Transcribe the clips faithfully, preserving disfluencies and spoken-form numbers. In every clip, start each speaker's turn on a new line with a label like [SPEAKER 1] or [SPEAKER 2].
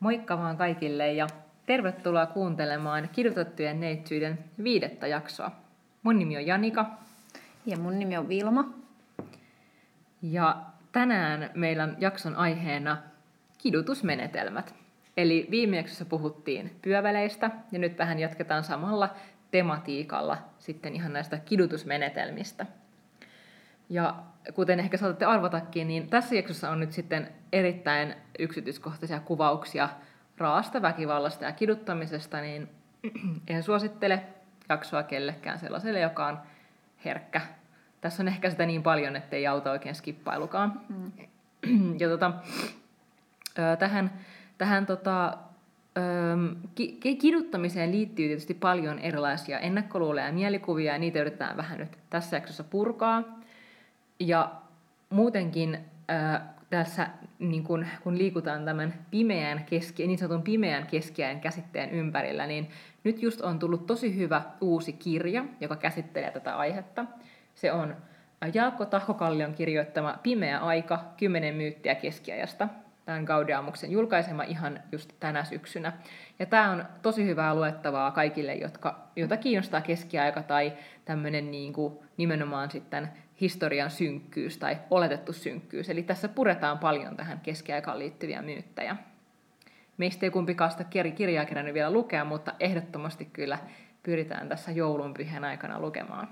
[SPEAKER 1] Moikka vaan kaikille ja tervetuloa kuuntelemaan Kidutettujen neitsyyden viidettä jaksoa. Mun nimi on Janika.
[SPEAKER 2] Ja mun nimi on Vilma.
[SPEAKER 1] Ja tänään meillä on jakson aiheena kidutusmenetelmät. Eli viime jaksossa puhuttiin pyöväleistä ja nyt vähän jatketaan samalla tematiikalla sitten ihan näistä kidutusmenetelmistä. Ja kuten ehkä saatatte arvatakin, niin tässä jaksossa on nyt sitten erittäin yksityiskohtaisia kuvauksia raasta väkivallasta ja kiduttamisesta, niin en suosittele jaksoa kellekään sellaiselle, joka on herkkä. Tässä on ehkä sitä niin paljon, ettei auta oikein skippailukaan. Mm. Ja tota, tähän, tähän tota, ki- kiduttamiseen liittyy tietysti paljon erilaisia ennakkoluuloja ja mielikuvia, ja niitä yritetään vähän nyt tässä jaksossa purkaa. Ja muutenkin äh, tässä, niin kun, kun liikutaan tämän pimeän keski, niin sanotun pimeän keskiajan käsitteen ympärillä, niin nyt just on tullut tosi hyvä uusi kirja, joka käsittelee tätä aihetta. Se on Jaakko Tahkokallion kirjoittama Pimeä aika, kymmenen myyttiä keskiajasta. Tämä on Gaudeamuksen julkaisema ihan just tänä syksynä. Ja tämä on tosi hyvää luettavaa kaikille, jotka, joita kiinnostaa keskiaika tai tämmöinen niin kuin nimenomaan sitten historian synkkyys tai oletettu synkkyys. Eli tässä puretaan paljon tähän keskiaikaan liittyviä myyttejä. Meistä ei kumpikaan sitä kirjaa kerännyt vielä lukea, mutta ehdottomasti kyllä pyritään tässä joulunpyhän aikana lukemaan.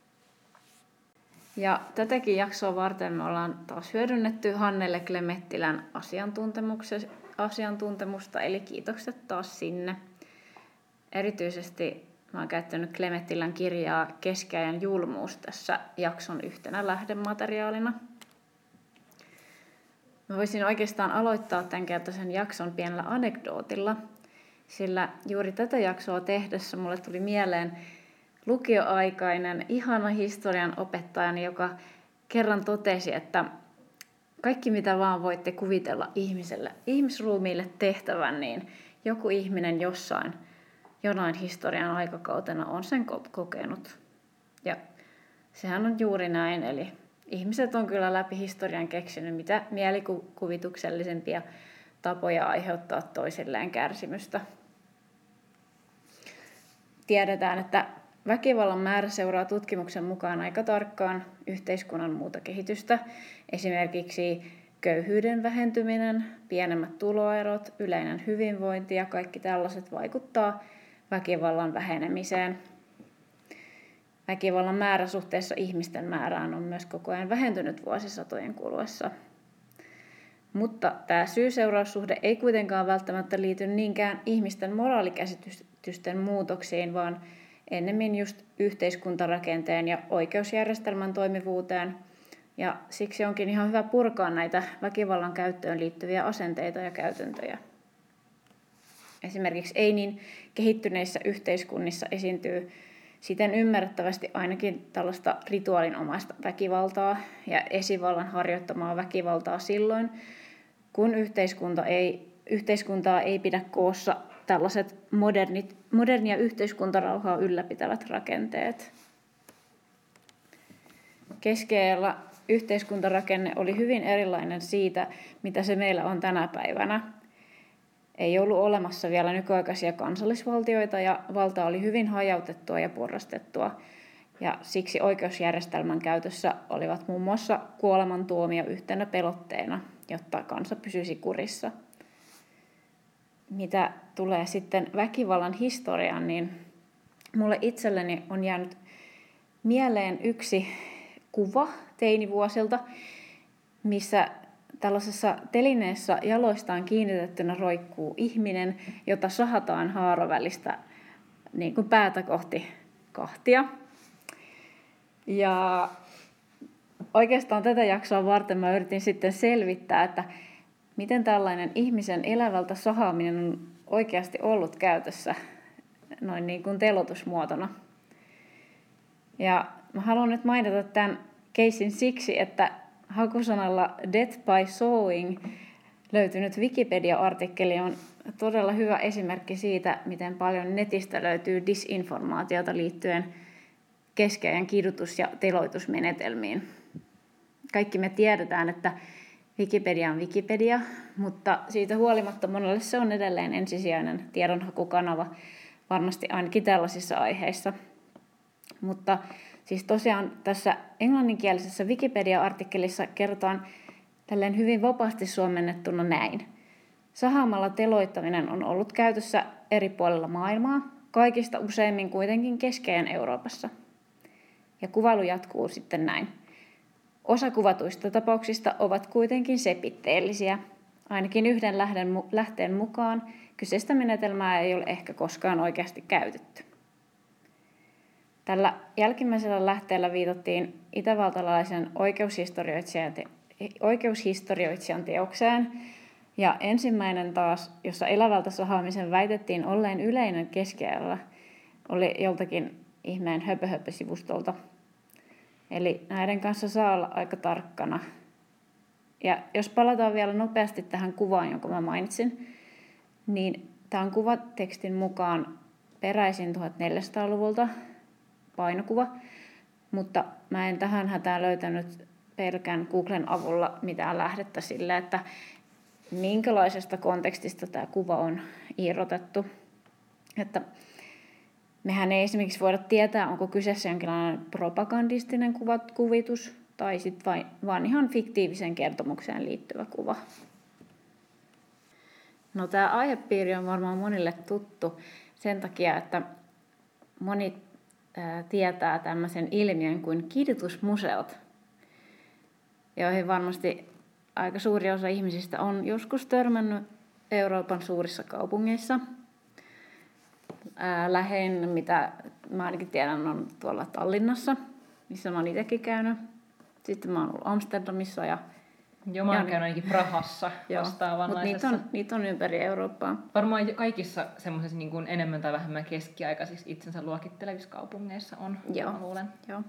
[SPEAKER 2] Ja tätäkin jaksoa varten me ollaan taas hyödynnetty Hannele Klemettilän asiantuntemusta, eli kiitokset taas sinne. Erityisesti mä oon käyttänyt Klemettilän kirjaa Keskiajan julmuus tässä jakson yhtenä lähdemateriaalina. Mä voisin oikeastaan aloittaa tämän kertaisen jakson pienellä anekdootilla, sillä juuri tätä jaksoa tehdessä mulle tuli mieleen lukioaikainen ihana historian opettajani, joka kerran totesi, että kaikki mitä vaan voitte kuvitella ihmiselle, ihmisruumiille tehtävän, niin joku ihminen jossain, jonain historian aikakautena on sen kokenut. Ja sehän on juuri näin, eli ihmiset on kyllä läpi historian keksinyt mitä mielikuvituksellisempia tapoja aiheuttaa toisilleen kärsimystä. Tiedetään, että väkivallan määrä seuraa tutkimuksen mukaan aika tarkkaan yhteiskunnan muuta kehitystä. Esimerkiksi köyhyyden vähentyminen, pienemmät tuloerot, yleinen hyvinvointi ja kaikki tällaiset vaikuttaa väkivallan vähenemiseen. Väkivallan määrä suhteessa ihmisten määrään on myös koko ajan vähentynyt vuosisatojen kuluessa. Mutta tämä syy-seuraussuhde ei kuitenkaan välttämättä liity niinkään ihmisten moraalikäsitysten muutoksiin, vaan ennemmin just yhteiskuntarakenteen ja oikeusjärjestelmän toimivuuteen. Ja siksi onkin ihan hyvä purkaa näitä väkivallan käyttöön liittyviä asenteita ja käytäntöjä. Esimerkiksi ei niin kehittyneissä yhteiskunnissa esiintyy siten ymmärrettävästi ainakin tällaista rituaalinomaista väkivaltaa ja esivallan harjoittamaa väkivaltaa silloin, kun yhteiskunta ei, yhteiskuntaa ei pidä koossa tällaiset modernit, modernia yhteiskuntarauhaa ylläpitävät rakenteet. Keskiajalla yhteiskuntarakenne oli hyvin erilainen siitä, mitä se meillä on tänä päivänä. Ei ollut olemassa vielä nykyaikaisia kansallisvaltioita ja valta oli hyvin hajautettua ja porrastettua. Ja siksi oikeusjärjestelmän käytössä olivat muun muassa kuolemantuomio yhtenä pelotteena, jotta kansa pysyisi kurissa. Mitä tulee sitten väkivallan historiaan, niin mulle itselleni on jäänyt mieleen yksi kuva teinivuosilta, missä tällaisessa telineessä jaloistaan kiinnitettynä roikkuu ihminen, jota sahataan haarovälistä niin kuin päätä kohti kahtia. Ja oikeastaan tätä jaksoa varten mä yritin sitten selvittää, että miten tällainen ihmisen elävältä sahaaminen on oikeasti ollut käytössä noin niin kuin teloitusmuotona. Ja mä haluan nyt mainita tämän keissin siksi, että hakusanalla Death by Sawing löytynyt Wikipedia-artikkeli on todella hyvä esimerkki siitä, miten paljon netistä löytyy disinformaatiota liittyen keskiajan kidutus- ja teloitusmenetelmiin. Kaikki me tiedetään, että Wikipedia on Wikipedia, mutta siitä huolimatta monelle se on edelleen ensisijainen tiedonhakukanava, varmasti ainakin tällaisissa aiheissa. Mutta siis tosiaan tässä englanninkielisessä Wikipedia-artikkelissa kerrotaan tälleen hyvin vapaasti suomennettuna näin. Sahaamalla teloittaminen on ollut käytössä eri puolilla maailmaa, kaikista useimmin kuitenkin Keski-Idän Euroopassa. Ja kuvailu jatkuu sitten näin. Osa kuvatuista tapauksista ovat kuitenkin sepitteellisiä. Ainakin yhden lähden, lähteen mukaan kyseistä menetelmää ei ole ehkä koskaan oikeasti käytetty. Tällä jälkimmäisellä lähteellä viitattiin itävaltalaisen oikeushistorioitsijan, te- oikeushistorioitsijan teokseen, ja ensimmäinen taas, jossa elävältä sahaamisen väitettiin olleen yleinen keskiajalla, oli joltakin ihmeen höpö-höpö-sivustolta. Eli näiden kanssa saa olla aika tarkkana. Ja jos palataan vielä nopeasti tähän kuvaan, jonka mä mainitsin, niin tämä on kuvatekstin mukaan peräisin tuhatneljäsataaluvulta painokuva, mutta mä en tähän hätään löytänyt pelkän Googlen avulla mitään lähdettä sille, että minkälaisesta kontekstista tämä kuva on irrotettu. Että mehän ei esimerkiksi voida tietää, onko kyseessä jonkinlainen propagandistinen kuvat, kuvitus tai sitten vain, vaan ihan fiktiiviseen kertomukseen liittyvä kuva. No, tämä aihepiiri on varmaan monille tuttu sen takia, että moni ää, tietää tämmöisen ilmiön kuin kidutusmuseot, joihin varmasti aika suuri osa ihmisistä on joskus törmännyt Euroopan suurissa kaupungeissa. Ää, lähin, mitä mä ainakin tiedän, on tuolla Tallinnassa, missä mä oon itsekin käynyt. Sitten mä oon ollut Amsterdamissa ja
[SPEAKER 1] Joo, mä oon käynyt ainakin Prahassa vastaavanlaisessa.
[SPEAKER 2] Mutta niitä, niitä on ympäri Eurooppaa.
[SPEAKER 1] Varmaan kaikissa semmoisissa niin kuin enemmän tai vähemmän keskiaikaisiksi itsensä luokittelevissa kaupungeissa on,
[SPEAKER 2] Joo.
[SPEAKER 1] mä luulen.
[SPEAKER 2] Joo.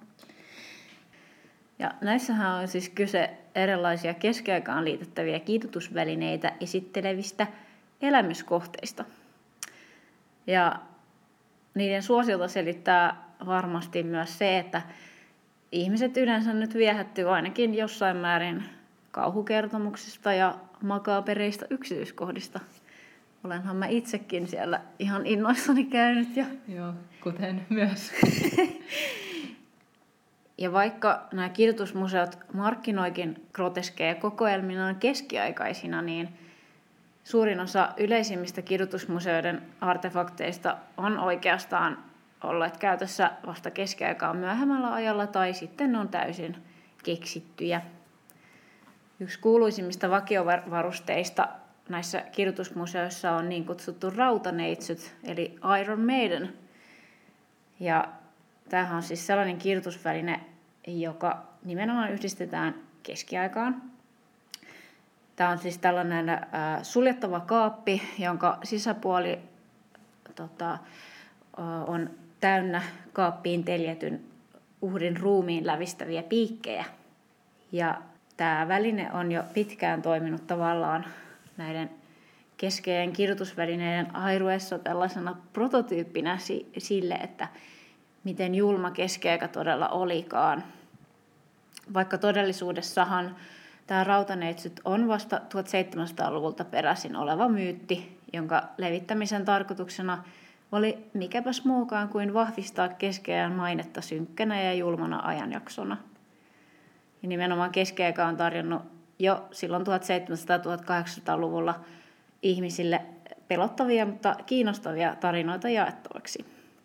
[SPEAKER 2] Ja näissähän on siis kyse erilaisia keskiaikaan liitettäviä kidutusvälineitä esittelevistä elämyskohteista. Ja niiden suosiota selittää varmasti myös se, että ihmiset yleensä nyt viehättyy ainakin jossain määrin kauhukertomuksista ja makaabereista yksityiskohdista. Olenhan mä itsekin siellä ihan innoissani käynyt. Ja,
[SPEAKER 1] Joo, kuten myös.
[SPEAKER 2] ja vaikka nämä kidutusmuseot markkinoikin groteskeja kokoelminaan keskiaikaisina, niin suurin osa yleisimmistä kidutusmuseoiden artefakteista on oikeastaan olleet käytössä vasta keskiaikaan myöhemmällä ajalla tai sitten ne on täysin keksittyjä. Yksi kuuluisimmista vakiovarusteista näissä kidutusmuseoissa on niin kutsuttu rautaneitsyt, eli Iron Maiden. Ja tämähän on siis sellainen kidutusväline, joka nimenomaan yhdistetään keskiaikaan. Tämä on siis tällainen äh, suljettava kaappi, jonka sisäpuoli tota, äh, on täynnä kaappiin teljetyn uhrin ruumiin lävistäviä piikkejä. Ja tämä väline on jo pitkään toiminut tavallaan näiden keskeinen kidutusvälineiden airuessa tällaisena prototyyppinä sille, että miten julma keskiaika todella olikaan. Vaikka todellisuudessahan tämä rautaneitsyt on vasta tuhatseitsemänsataaluvulta peräisin oleva myytti, jonka levittämisen tarkoituksena oli mikäpäs muukaan kuin vahvistaa keskiajan mainetta synkkänä ja julmana ajanjaksona. Ja nimenomaan keskiaika on tarjonnut jo silloin tuhatseitsemänsataa-tuhatkahdeksansataaluvulla ihmisille pelottavia, mutta kiinnostavia tarinoita jaettavaksi.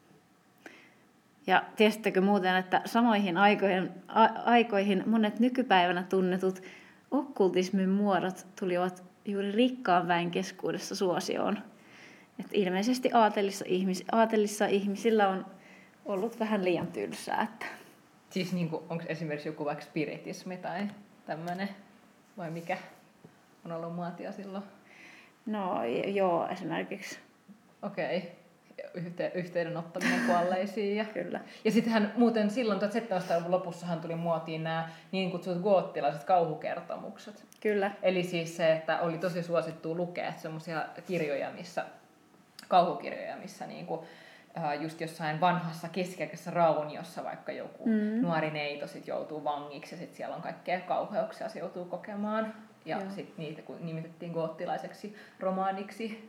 [SPEAKER 2] Ja tiesittekö muuten, että samoihin aikoihin, a, aikoihin monet nykypäivänä tunnetut okkultismin muodot tulivat juuri rikkaan väen keskuudessa suosioon. Et ilmeisesti aatelissa, ihmis, aatelissa ihmisillä on ollut vähän liian tylsää. Että.
[SPEAKER 1] Siis niin kuin, onko esimerkiksi joku vaikka spiritismi tai tämmöinen, vai mikä on ollut muotia silloin?
[SPEAKER 2] No joo, esimerkiksi.
[SPEAKER 1] Okei. Okay. Yhte- yhteydenottaminen kuolleisiin. Ja,
[SPEAKER 2] Kyllä.
[SPEAKER 1] ja sittenhän muuten silloin tuhatseitsemänsataaluvun lopussahan tuli muotiin nämä niin kutsutut goottilaiset kauhukertomukset.
[SPEAKER 2] Kyllä.
[SPEAKER 1] Eli siis se, että oli tosi suosittua lukea semmoisia kirjoja, missä, kauhukirjoja, missä niinku, äh, just jossain vanhassa keskiaikaisessa rauniossa vaikka joku mm. nuori neito sit joutuu vangiksi ja sitten siellä on kaikkea kauheuksia, se joutuu kokemaan. ja sitten niitä kun nimitettiin goottilaiseksi romaaniksi.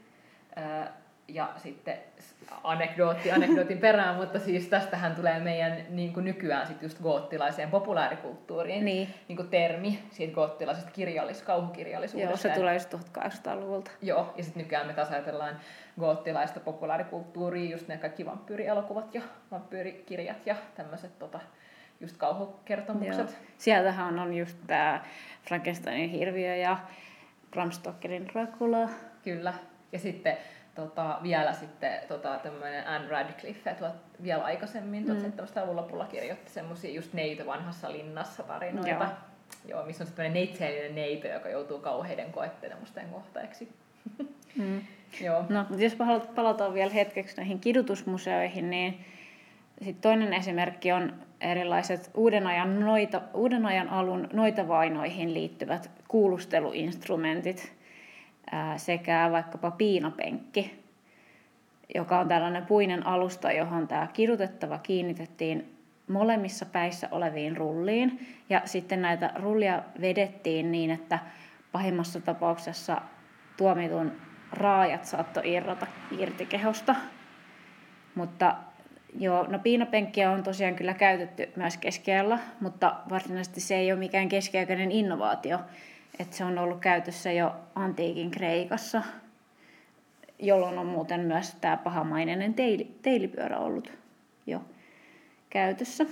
[SPEAKER 1] Ja sitten anekdootti anekdootin perään, mutta siis tästähän tulee meidän niin kuin nykyään sit just goottilaiseen populaarikulttuuriin niin. Niin kuin termi siitä goottilaisesta kirjallis, kauhukirjallisuudesta.
[SPEAKER 2] Joo, se tulee just tuhatkahdeksansataaluvulta.
[SPEAKER 1] Joo, ja sitten nykyään me taas ajatellaan goottilaista populaarikulttuuria, just ne kaikki vampyyrielokuvat ja vampyyrikirjat ja tämmöiset tota, just kauhukertomukset. Joo.
[SPEAKER 2] Sieltähän on, on just tää Frankensteinin hirviö ja Bram Stokerin Dracula.
[SPEAKER 1] Kyllä, ja sitten Tota, vielä sitten tota, tämmöinen Anne Radcliffe tuot, vielä aikaisemmin mm. tuhatseitsemänsataaluvun lopulla kirjoitti semmosia just neito vanhassa linnassa tarinoita. Joo. Joo, missä on sitten neitseellinen neito, joka joutuu kauheiden koettelemusten kohteeksi.
[SPEAKER 2] Mm. Joo. No, mutta jos palataan vielä hetkeksi näihin kidutusmuseoihin, niin sit toinen esimerkki on erilaiset uuden ajan, noita, uuden ajan alun noitavainoihin liittyvät kuulusteluinstrumentit. Sekä vaikkapa piinapenkki, joka on tällainen puinen alusta, johon tämä kidutettava kiinnitettiin molemmissa päissä oleviin rulliin. Ja sitten näitä rullia vedettiin niin, että pahimmassa tapauksessa tuomitun raajat saattoi irrota irti kehosta. Mutta joo, no piinapenkkiä on tosiaan kyllä käytetty myös keskiajalla, mutta varsinaisesti se ei ole mikään keskiaikainen innovaatio. Että se on ollut käytössä jo antiikin Kreikassa, jolloin on muuten myös tämä pahamaineinen teili, teilipyörä ollut jo käytössä.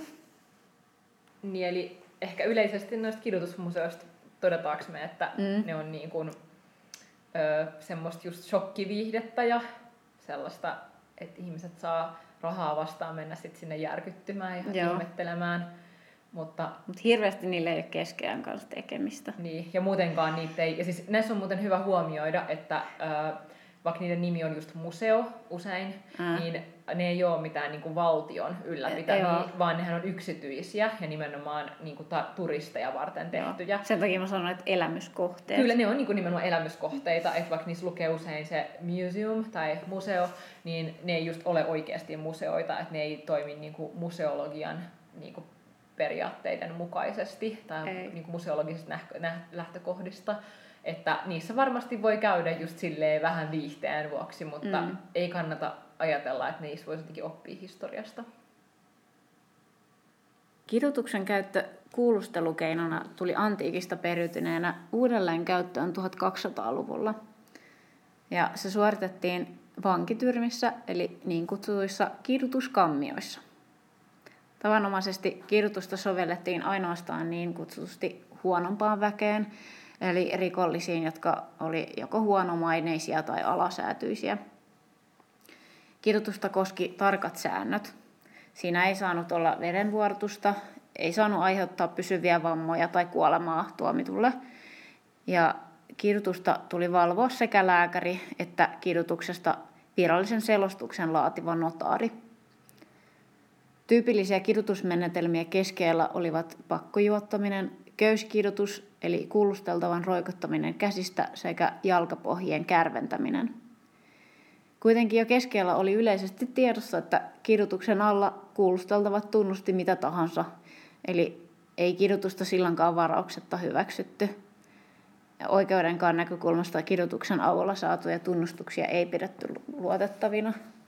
[SPEAKER 1] Niin, eli ehkä yleisesti noista kidutusmuseoista todetaanko me, että mm. ne on niin kuin, ö, semmoista just shokkiviihdettä ja sellaista, että ihmiset saa rahaa vastaan mennä sit sinne järkyttymään ja Joo. ihmettelemään. Mutta
[SPEAKER 2] Mut hirveästi niillä ei ole keskeään kanssa tekemistä.
[SPEAKER 1] Niin, ja muutenkaan niitä ei. Ja siis näissä on muuten hyvä huomioida, että äh, vaikka niiden nimi on just museo usein, äh. niin ne ei ole mitään niin kuin valtion ylläpitämiä, vaan nehän on yksityisiä ja nimenomaan niin kuin ta- turisteja varten tehtyjä.
[SPEAKER 2] Joo. Sen takia mä sanon, että elämyskohteet.
[SPEAKER 1] Kyllä ne on niin kuin nimenomaan elämyskohteita, että vaikka niissä lukee usein se museum tai museo, niin ne ei just ole oikeasti museoita, että ne ei toimi niin kuin museologian niin kuin periaatteiden mukaisesti tai niin kuin museologisista lähtökohdista, että niissä varmasti voi käydä just silleen vähän viihteen vuoksi, mutta mm. ei kannata ajatella, että niissä voisi jotenkin oppia historiasta.
[SPEAKER 2] Kidutuksen käyttö kuulustelukeinona tuli antiikista periytyneenä uudelleen käyttöön tuhatkaksisataaluvulla. Ja se suoritettiin vankityrmissä, eli niin kutsutuissa kidutuskammioissa. Tavanomaisesti kidutusta sovellettiin ainoastaan niin kutsutusti huonompaan väkeen, eli rikollisiin, jotka oli joko huonomaineisia tai alasäätyisiä. Kidutusta koski tarkat säännöt. Siinä ei saanut olla verenvuorotusta, ei saanut aiheuttaa pysyviä vammoja tai kuolemaa tuomitulle. Ja kidutusta tuli valvoa sekä lääkäri että kidutuksesta virallisen selostuksen laativa notaari. Tyypillisiä kidutusmenetelmiä keskellä olivat pakkojuottaminen, köyskidutus eli kuulusteltavan roikottaminen käsistä sekä jalkapohjien kärventäminen. Kuitenkin jo keskellä oli yleisesti tiedossa, että kidutuksen alla kuulusteltavat tunnusti mitä tahansa, eli ei kidutusta sillankaan varauksetta hyväksytty. Oikeudenkaan näkökulmasta kidutuksen avulla saatuja tunnustuksia ei pidetty luotettavina.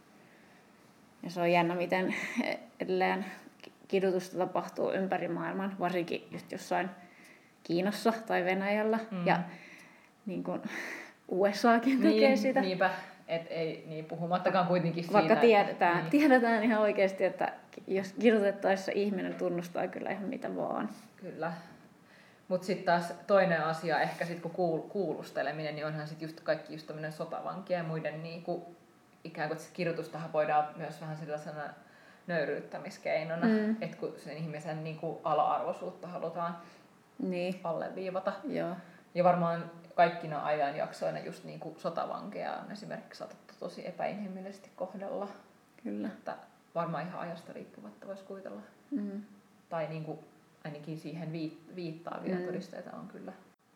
[SPEAKER 2] Ja se on jännä, miten edelleen kidutusta tapahtuu ympäri maailman, varsinkin just jossain Kiinassa tai Venäjällä. Mm. Ja niin kuin U S Akin tekee
[SPEAKER 1] niin,
[SPEAKER 2] sitä.
[SPEAKER 1] Niinpä, et ei niin puhumattakaan kuitenkin siitä.
[SPEAKER 2] Vaikka tiedetään, että, niin. tiedetään ihan oikeasti, että jos kidutettaessa ihminen tunnustaa kyllä ihan mitä vaan.
[SPEAKER 1] Kyllä. Mutta sitten taas toinen asia, ehkä sitten kun kuulusteleminen, niin onhan sitten just kaikki just tämmöinen sotavankien ja muiden niinku ikään kuin kidutustahan voidaan myös vähän sellaisena nöyryyttämiskeinona, mm. että kun sen ihmisen niin kuin ala-arvoisuutta halutaan niin. alleviivata.
[SPEAKER 2] Joo.
[SPEAKER 1] Ja varmaan kaikkina ajanjaksoina just niin kuin sotavankeja on esimerkiksi saatettu tosi epäinhimillisesti kohdella.
[SPEAKER 2] Kyllä.
[SPEAKER 1] Että varmaan ihan ajasta riippuvatta voisi kuvitella.
[SPEAKER 2] Mm.
[SPEAKER 1] Tai niin kuin ainakin siihen viittaavia mm. todisteita on kyllä.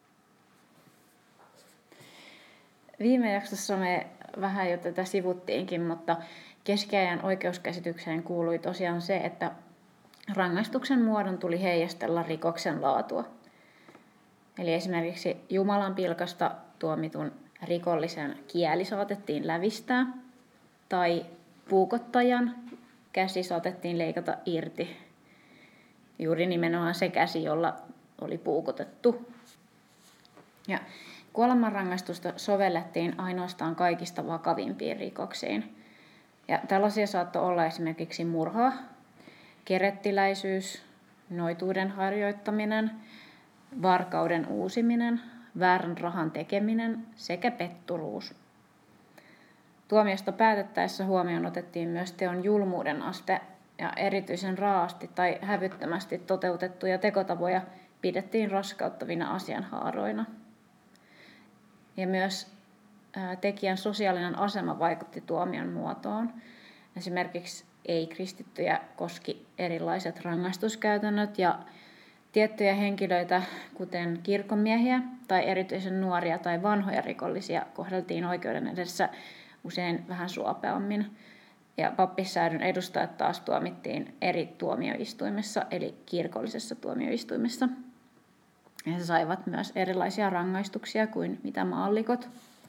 [SPEAKER 2] Viime jaksossa me vähän jo tätä sivuttiinkin, mutta keskiajan oikeuskäsitykseen kuului tosiaan se, että rangaistuksen muodon tuli heijastella rikoksen laatua. Eli esimerkiksi Jumalan pilkasta tuomitun rikollisen kieli saatettiin lävistää tai puukottajan käsi saatettiin leikata irti. Juuri nimenomaan se käsi, jolla oli puukotettu. Ja kuolemanrangaistusta sovellettiin ainoastaan kaikista vakavimpiin rikoksiin. Ja tällaisia saattoi olla esimerkiksi murha, kerettiläisyys, noituuden harjoittaminen, varkauden uusiminen, väärän rahan tekeminen sekä petturuus. Tuomiosta päätettäessä huomioon otettiin myös teon julmuuden aste ja erityisen raasti tai hävyttömästi toteutettuja tekotapoja pidettiin raskauttavina asianhaaroina. Ja myös tekijän sosiaalinen asema vaikutti tuomion muotoon. Esimerkiksi ei-kristittyjä koski erilaiset rangaistuskäytännöt ja tiettyjä henkilöitä, kuten kirkonmiehiä tai erityisen nuoria tai vanhoja rikollisia, kohdeltiin oikeuden edessä usein vähän suopeammin. Ja pappissäädyn edustajat taas tuomittiin eri tuomioistuimessa, eli kirkollisessa tuomioistuimessa. Ja he saivat myös erilaisia rangaistuksia kuin mitä maallikot.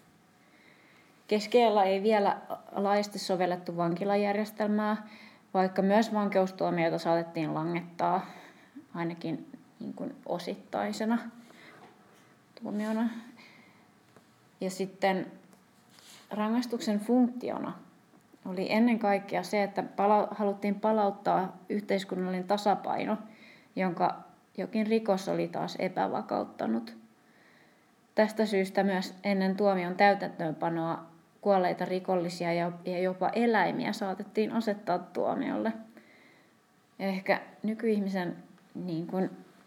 [SPEAKER 2] Keskiajalla ei vielä laajasti sovellettu vankilajärjestelmää, vaikka myös vankeustuomioita saatettiin langettaa ainakin niin kuin osittaisena tuomiona. Ja sitten rangaistuksen funktiona oli ennen kaikkea se, että pala- haluttiin palauttaa yhteiskunnallinen tasapaino, jonka jokin rikos oli taas epävakauttanut. Tästä syystä myös ennen tuomion täytäntöönpanoa kuolleita rikollisia ja jopa eläimiä saatettiin asettaa tuomiolle. Ja ehkä nykyihmisen niin kuin,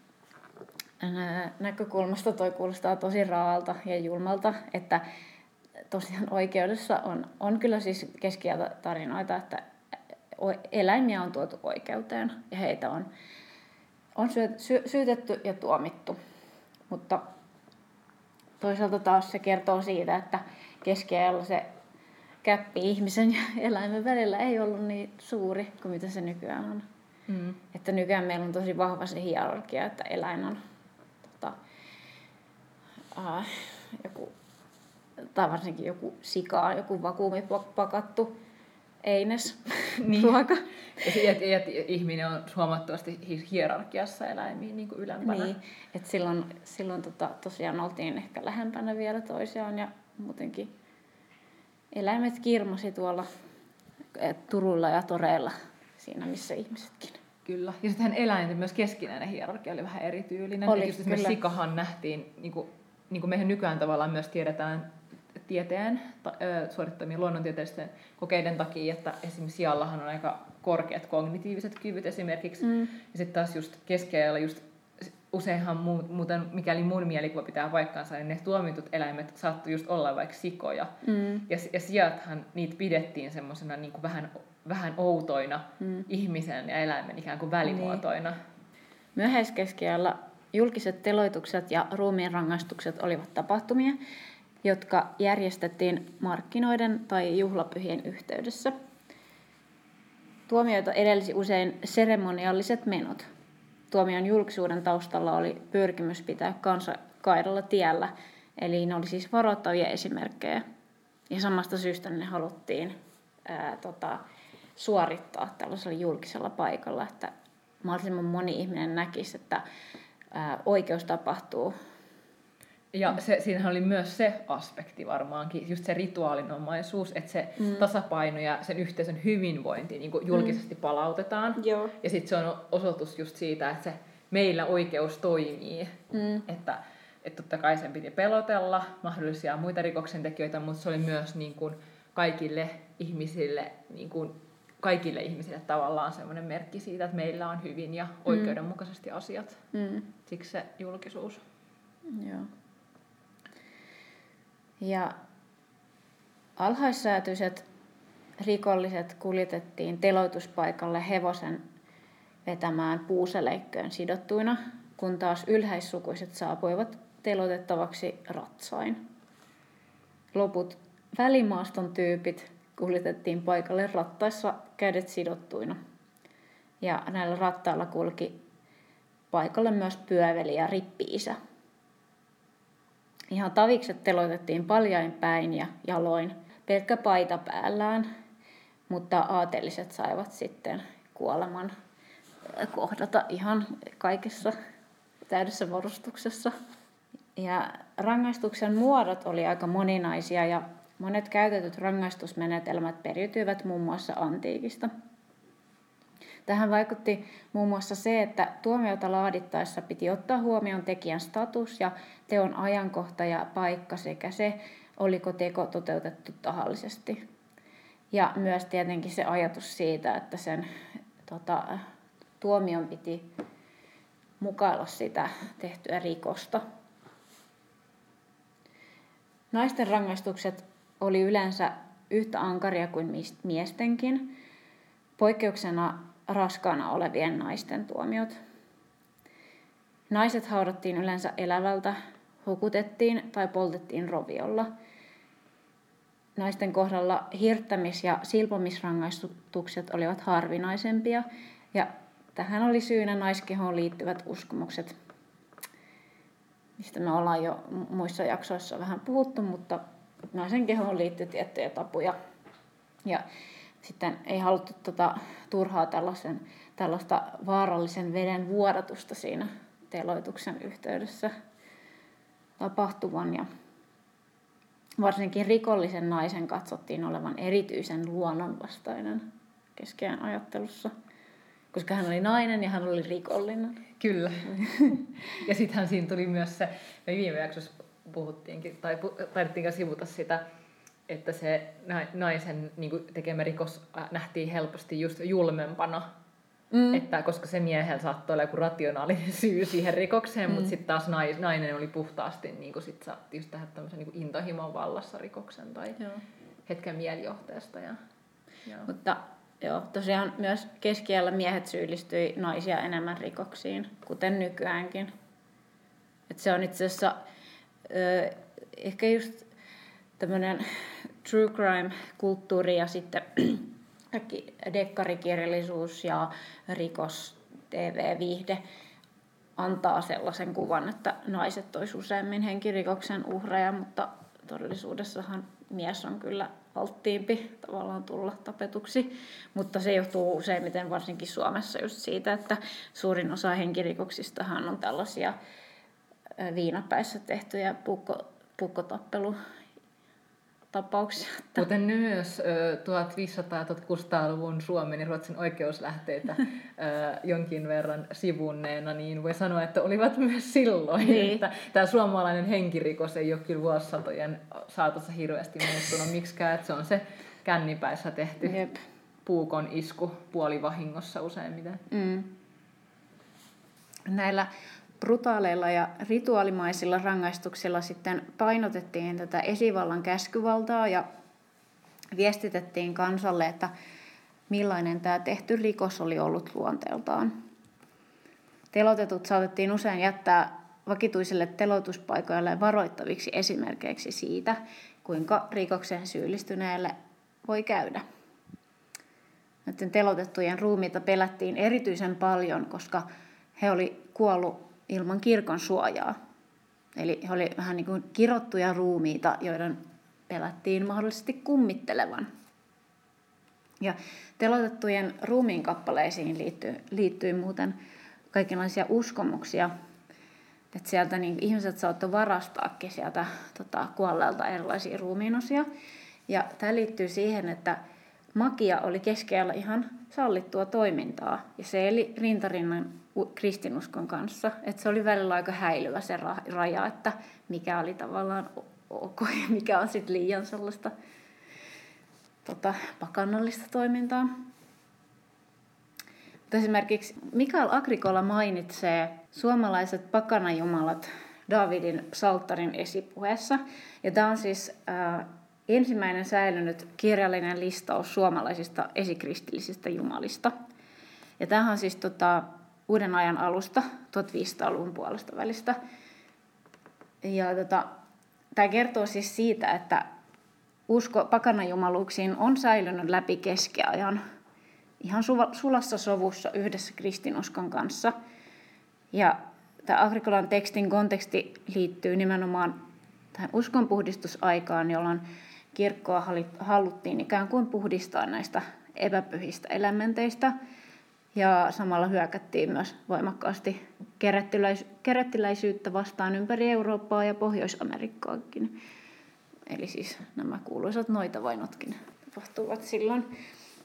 [SPEAKER 2] näkökulmasta toi kuulostaa tosi raalta ja julmalta, että tosiaan oikeudessa on, on kyllä siis keskiajatarinoita, että eläimiä on tuotu oikeuteen ja heitä on, on sy- syytetty ja tuomittu. Mutta toisaalta taas se kertoo siitä, että keskiajalla se käppi ihmisen ja eläimen välillä ei ollut niin suuri kuin mitä se nykyään on. Mm. Että nykyään meillä on tosi vahva se hierarkia, että eläin on tota, äh, joku, tai varsinkin joku sika, joku vakuumipakattu eines
[SPEAKER 1] niin.
[SPEAKER 2] ruoka.
[SPEAKER 1] Ja, ja, ja ihminen on huomattavasti hierarkiassa eläimiin niin kuin ylempänä.
[SPEAKER 2] Niin, että silloin, silloin tota, tosiaan oltiin ehkä lähempänä vielä toisiaan ja muutenkin eläimet kirmasi tuolla Turulla ja toreilla siinä, missä ihmisetkin.
[SPEAKER 1] Kyllä. Ja sittenhän eläinten myös keskinäinen hierarkia oli vähän erityylinen.
[SPEAKER 2] Oli,
[SPEAKER 1] just esimerkiksi sikahan nähtiin, niin kuin, niin kuin mehän nykyään tavallaan myös tiedetään tieteen ta, ö, suorittamien luonnontieteellisten kokeiden takia, että esimerkiksi siallahan on aika korkeat kognitiiviset kyvyt esimerkiksi. Mm. Ja sitten taas just keskiajalla just useinhan muuten, mikäli mun mielikuva pitää paikkaansa, niin ne tuomitut eläimet saattoi just olla vaikka sikoja. Mm. Ja, ja siathan niitä pidettiin semmosena niin kuin vähän, vähän outoina mm. ihmisen ja eläimen ikään kuin välimuotoina. Niin.
[SPEAKER 2] Myöhäiskeskiajalla julkiset teloitukset ja ruumiinrangaistukset olivat tapahtumia, jotka järjestettiin markkinoiden tai juhlapyhien yhteydessä. Tuomioita edelsi usein seremonialliset menot. Tuomion julkisuuden taustalla oli pyrkimys pitää kansa kaidalla tiellä, eli ne oli siis varoittavia esimerkkejä. Ja samasta syystä ne haluttiin ää, tota, suorittaa tällaisella julkisella paikalla, että mahdollisimman moni ihminen näkisi, että ää, oikeus tapahtuu.
[SPEAKER 1] Ja se, siinähän oli myös se aspekti varmaankin, just se rituaalinomaisuus, että se mm. tasapaino ja sen yhteisön hyvinvointi niin kuin julkisesti mm. palautetaan.
[SPEAKER 2] Joo.
[SPEAKER 1] Ja sitten se on osoitus just siitä, että se meillä oikeus toimii. Mm. Että, että totta kai sen piti pelotella mahdollisia muita rikoksentekijöitä, mutta se oli myös niin kuin kaikille ihmisille, niin kuin kaikille ihmisille tavallaan semmoinen merkki siitä, että meillä on hyvin ja oikeudenmukaisesti asiat. Mm. Siksi se julkisuus.
[SPEAKER 2] Joo. Ja alhaissäätyiset rikolliset kuljetettiin teloituspaikalle hevosen vetämään puuseleikköön sidottuina, kun taas ylhäissukuiset saapuivat teloitettavaksi ratsain. Loput välimaaston tyypit kuljetettiin paikalle rattaissa kädet sidottuina. Ja näillä rattailla kulki paikalle myös pyöveli ja rippi-isä. Ihan tavikset teloitettiin paljain päin ja jaloin, pelkkä paita päällään, mutta aateliset saivat sitten kuoleman kohdata ihan kaikessa täydessä varustuksessa. Ja rangaistuksen muodot oli aika moninaisia ja monet käytetyt rangaistusmenetelmät periytyivät muun muassa antiikista. Tähän vaikutti muun muassa se, että tuomiota laadittaessa piti ottaa huomioon tekijän status ja teon ajankohta ja paikka sekä se, oliko teko toteutettu tahallisesti. Ja myös tietenkin se ajatus siitä, että sen tota, tuomion piti mukailla sitä tehtyä rikosta. Naisten rangaistukset oli yleensä yhtä ankaria kuin miestenkin, poikkeuksena raskaana olevien naisten tuomiot. Naiset haudattiin yleensä elävältä, hukutettiin tai poltettiin roviolla. Naisten kohdalla hirttämis- ja silpomisrangaistukset olivat harvinaisempia, ja tähän oli syynä naiskehoon liittyvät uskomukset, mistä me ollaan jo muissa jaksoissa vähän puhuttu, mutta naisen kehoon liittyy tiettyjä tapuja. Ja sitten ei haluttu tota, turhaa tällaisen, tällaista vaarallisen veden vuodatusta siinä teloituksen yhteydessä tapahtuvan. Ja varsinkin rikollisen naisen katsottiin olevan erityisen luonnonvastainen keskiajan ajattelussa, koska hän oli nainen ja hän oli rikollinen.
[SPEAKER 1] Kyllä. Ja sittenhän siinä tuli myös se, me viime jaksossa puhuttiinkin, tai taidettiin sivuta sitä, että se naisen niin kuin tekemä rikos nähtiin helposti just julmempana. Mm. Että koska se miehellä saattoi olla joku rationaalinen syy siihen rikokseen, mm. mutta sitten taas nainen oli puhtaasti, niin kuin sit saatti just tehdä tämmöisen niin kuin intohimon vallassa rikoksen tai joo. hetken mielijohteesta. Ja,
[SPEAKER 2] joo. Mutta joo, tosiaan myös keskiajalla miehet syyllistyi naisia enemmän rikoksiin, kuten nykyäänkin. Et se on itse asiassa äh, ehkä just tämmöinen true crime-kulttuuri ja sitten dekkarikirjallisuus ja rikos, T V-viihde antaa sellaisen kuvan, että naiset olisi useammin henkirikoksen uhreja, mutta todellisuudessahan mies on kyllä alttiimpi tavallaan tulla tapetuksi, mutta se johtuu useimmiten varsinkin Suomessa just siitä, että suurin osa henkirikoksistahan on tällaisia viinapäissä tehtyjä pukko, pukkotappeluja. Tapauksia.
[SPEAKER 1] Kuten myös tuhatviisisataa- ja tuhatkuusisataaluvun Suomen ja Ruotsin oikeuslähteitä jonkin verran sivunneena, niin voi sanoa, että olivat myös silloin. Niin. Että tämä suomalainen henkirikos ei ole kyllä vuosisatojen saatossa hirveästi muuttunut miksikään, että se on se kännipäissä tehty Jep. puukon isku puolivahingossa useimmiten.
[SPEAKER 2] Mm. Näillä brutaaleilla ja rituaalimaisilla rangaistuksilla sitten painotettiin tätä esivallan käskyvaltaa ja viestitettiin kansalle, että millainen tämä tehty rikos oli ollut luonteeltaan. Telotetut saatettiin usein jättää vakituisille teloituspaikoille varoittaviksi esimerkkeiksi siitä, kuinka rikokseen syyllistyneelle voi käydä. Näiden telotettujen ruumiita pelättiin erityisen paljon, koska he oli kuollut ilman kirkon suojaa. Eli he oli vähän niin kuin kirottuja ruumiita, joiden pelättiin mahdollisesti kummittelevan. Ja telotettujen ruumiin kappaleisiin liittyy, liittyy muuten kaikenlaisia uskomuksia. Että sieltä niin ihmiset saattoi varastaakin sieltä tota, kuolleelta erilaisia ruumiinosia. Ja tämä liittyy siihen, että magia oli keskellä ihan sallittua toimintaa. Ja se eli rintarinnan kristinuskon kanssa. Että se oli välillä aika häilyvä se raja, että mikä oli tavallaan ok ja mikä on sitten liian sellaista tota, pakannallista toimintaa. Mutta esimerkiksi Mikael Agricola mainitsee suomalaiset pakanajumalat Daavidin psalttarin esipuheessa. Ja tämä on siis äh, ensimmäinen säilynyt kirjallinen listaus suomalaisista esikristillisistä jumalista. Ja tämähän on siis tota, uuden ajan alusta, tuhatviisisataaluvun puolesta välistä. Ja tota, tämä kertoo siis siitä, että usko pakanajumaluuksiin on säilynyt läpi keskiajan ihan sulassa sovussa yhdessä kristinuskon kanssa. Ja tämä Agricolan tekstin konteksti liittyy nimenomaan tähän uskonpuhdistusaikaan, jolloin kirkkoa haluttiin ikään kuin puhdistaa näistä epäpyhistä elementeistä. Ja samalla hyökättiin myös voimakkaasti kerettiläis- kerettiläisyyttä vastaan ympäri Eurooppaa ja Pohjois-Amerikkaakin. Eli siis nämä kuuluisat noitavainotkin tapahtuvat silloin.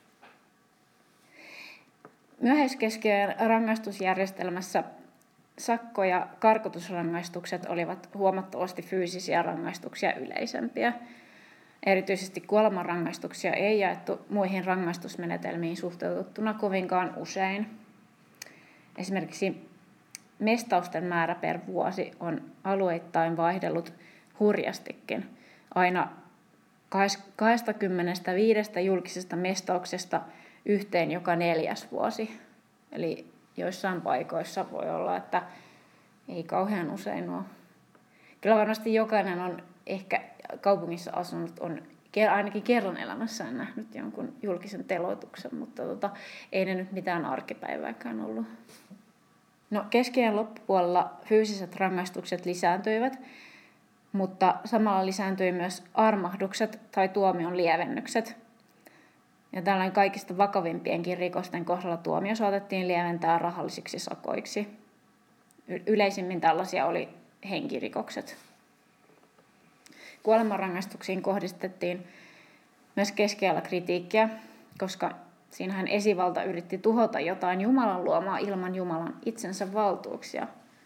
[SPEAKER 2] Myöhäiskeskiajan rangaistusjärjestelmässä sakko- ja karkotusrangaistukset olivat huomattavasti fyysisiä rangaistuksia yleisempiä. Erityisesti kuolemanrangaistuksia ei jaettu muihin rangaistusmenetelmiin suhteutettuna kovinkaan usein. Esimerkiksi mestausten määrä per vuosi on alueittain vaihdellut hurjastikin. Aina kaksikymmentäviisi julkisesta mestauksesta yhteen joka neljäs vuosi. Eli joissain paikoissa voi olla, että ei kauhean usein ole. Kyllä varmasti jokainen on ehkä kaupungissa asunut, on ainakin kerran elämässään nähnyt jonkun julkisen teloituksen, mutta tota, ei ne nyt mitään arkipäivääkään ollut. No, keskiajan loppupuolella fyysiset rangaistukset lisääntyivät, mutta samalla lisääntyi myös armahdukset tai tuomion lievennykset. Ja tällainen kaikista vakavimpienkin rikosten kohdalla tuomio saatettiin lieventää rahallisiksi sakoiksi. Yleisimmin tällaisia oli henkirikokset. Kuolemanrangaistuksiin kohdistettiin myös keskiajalla kritiikkiä, koska siinähän esivalta yritti tuhota jotain Jumalan luomaa ilman Jumalan itsensä valtuuksia.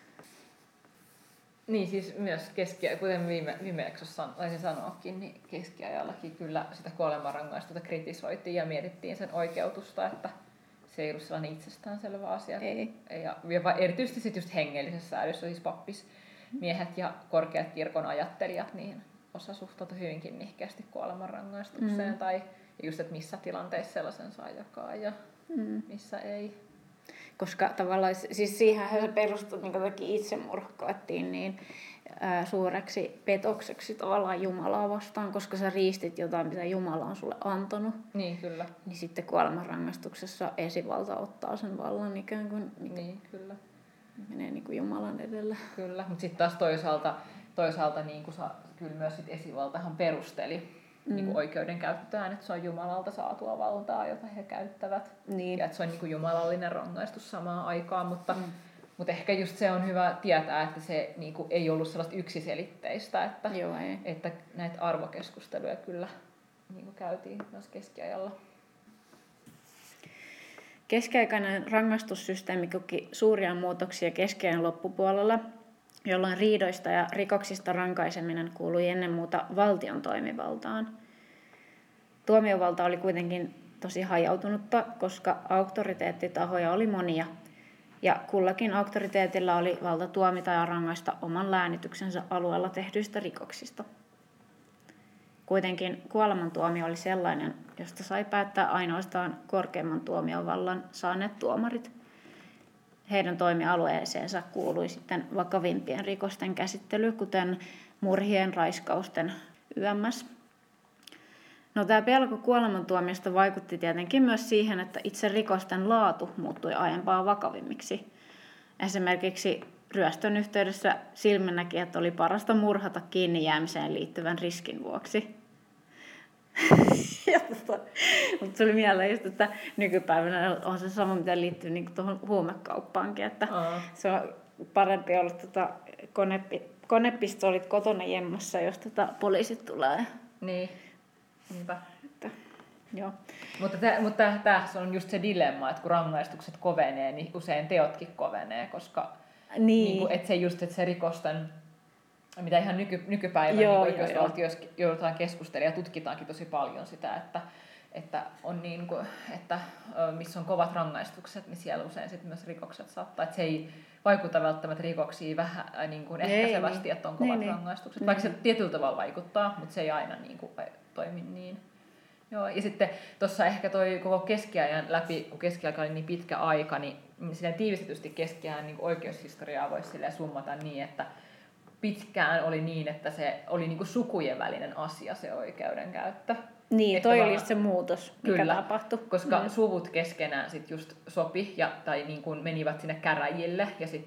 [SPEAKER 1] Niin siis myös keskiajalla, kuten viime, viime jaksossa taisin sanoakin, niin keskiajallakin kyllä sitä kuolemanrangaistusta kritisoitiin ja mietittiin sen oikeutusta, että se ei ollut sellainen itsestäänselvä asia.
[SPEAKER 2] Ei.
[SPEAKER 1] Ja erityisesti sitten just hengellisessä säädössä, siis pappismiehet ja korkeat kirkon ajattelijat, niin osa suhtautua hyvinkin nihkeästi kuolemanrangaistukseen, mm. tai just, että missä tilanteissa sellaisen saa jakaa ja mm. missä ei.
[SPEAKER 2] Koska tavallaan, siis siihen se perustui, minkä takia itsemurha koettiin niin ää, suureksi petokseksi tavallaan Jumalaa vastaan, koska sä riistit jotain, mitä Jumala on sulle antanut.
[SPEAKER 1] Niin, kyllä.
[SPEAKER 2] Niin sitten kuolemanrangaistuksessa esivalta ottaa sen vallan ikään kuin.
[SPEAKER 1] Niin, niin kyllä.
[SPEAKER 2] Menee niin kuin Jumalan edellä.
[SPEAKER 1] Kyllä, mutta sitten taas toisaalta, toisaalta niin kuin sa, kyllä myös sit esivaltahan perusteli mm. niin kuin oikeudenkäyttöään, että se on Jumalalta saatua valtaa, jota he käyttävät. Niin. Ja että se on niin kuin jumalallinen rangaistus samaan aikaan, mutta, mm. mutta ehkä just se on hyvä tietää, että se niin kuin ei ollut sellaista yksiselitteistä, että,
[SPEAKER 2] Joo, ei.
[SPEAKER 1] että näitä arvokeskusteluja kyllä niin kuin käytiin myös keskiajalla.
[SPEAKER 2] Keskiaikainen rangaistussysteemi koki suuria muutoksia keskiajan loppupuolella, jolloin riidoista ja rikoksista rankaiseminen kuului ennen muuta valtion toimivaltaan. Tuomiovalta oli kuitenkin tosi hajautunutta, koska auktoriteettitahoja oli monia, ja kullakin auktoriteetilla oli valta tuomita ja rangaista oman läänityksensä alueella tehdyistä rikoksista. Kuitenkin kuolemantuomio oli sellainen, josta sai päättää ainoastaan korkeimman tuomiovallan saaneet tuomarit. Heidän toimialueeseensa kuului sitten vakavimpien rikosten käsittely, kuten murhien, raiskausten yms. No, tämä pelko kuolemantuomiosta vaikutti tietenkin myös siihen, että itse rikosten laatu muuttui aiempaa vakavimmiksi. Esimerkiksi ryöstön yhteydessä silminnäkijät oli parasta murhata kiinni jäämiseen liittyvän riskin vuoksi. tota, mutta tuli mieleen just, että nykypäivänä on se sama, mitä liittyy niin tuohon huumekauppaankin, että uh-huh. se on parempi olla tota konepi, konepistoolit kotona jemmassa, jos tota poliisit tulee.
[SPEAKER 1] Niin, niinpä.
[SPEAKER 2] Että, joo.
[SPEAKER 1] Mutta, tä, mutta tässä on just se dilemma, että kun rangaistukset kovenee, niin usein teotkin kovenee, koska
[SPEAKER 2] niin.
[SPEAKER 1] Niin kuin, että se just, että se rikosten, mitä ihan nyky, nykypäivän niin oikeusvaltiossa joudutaan keskustelemaan ja tutkitaankin tosi paljon sitä, että, että, on niin kuin, että missä on kovat rangaistukset, niin siellä usein sit myös rikokset saattaa. Että se ei vaikuta välttämättä rikoksiin vähän niin kuin ehkäisevästi, niin. Että on kovat niin, rangaistukset. Niin. Vaikka se tietyllä tavalla vaikuttaa, mutta se ei aina niin kuin toimi niin. Joo, ja sitten tuossa ehkä toi koko keskiajan läpi, kun keskiaika oli niin pitkä aika, niin siinä tiivistetysti keskiajan niin oikeushistoriaa voisi summata niin, että pitkään oli niin, että se oli niin kuin sukujen välinen asia se oikeudenkäyttö.
[SPEAKER 2] Niin, toi oli se muutos, mikä
[SPEAKER 1] kyllä,
[SPEAKER 2] tapahtui.
[SPEAKER 1] Koska mm. suvut keskenään sit just sopi ja, tai niin kuin menivät sinne käräjille ja sitten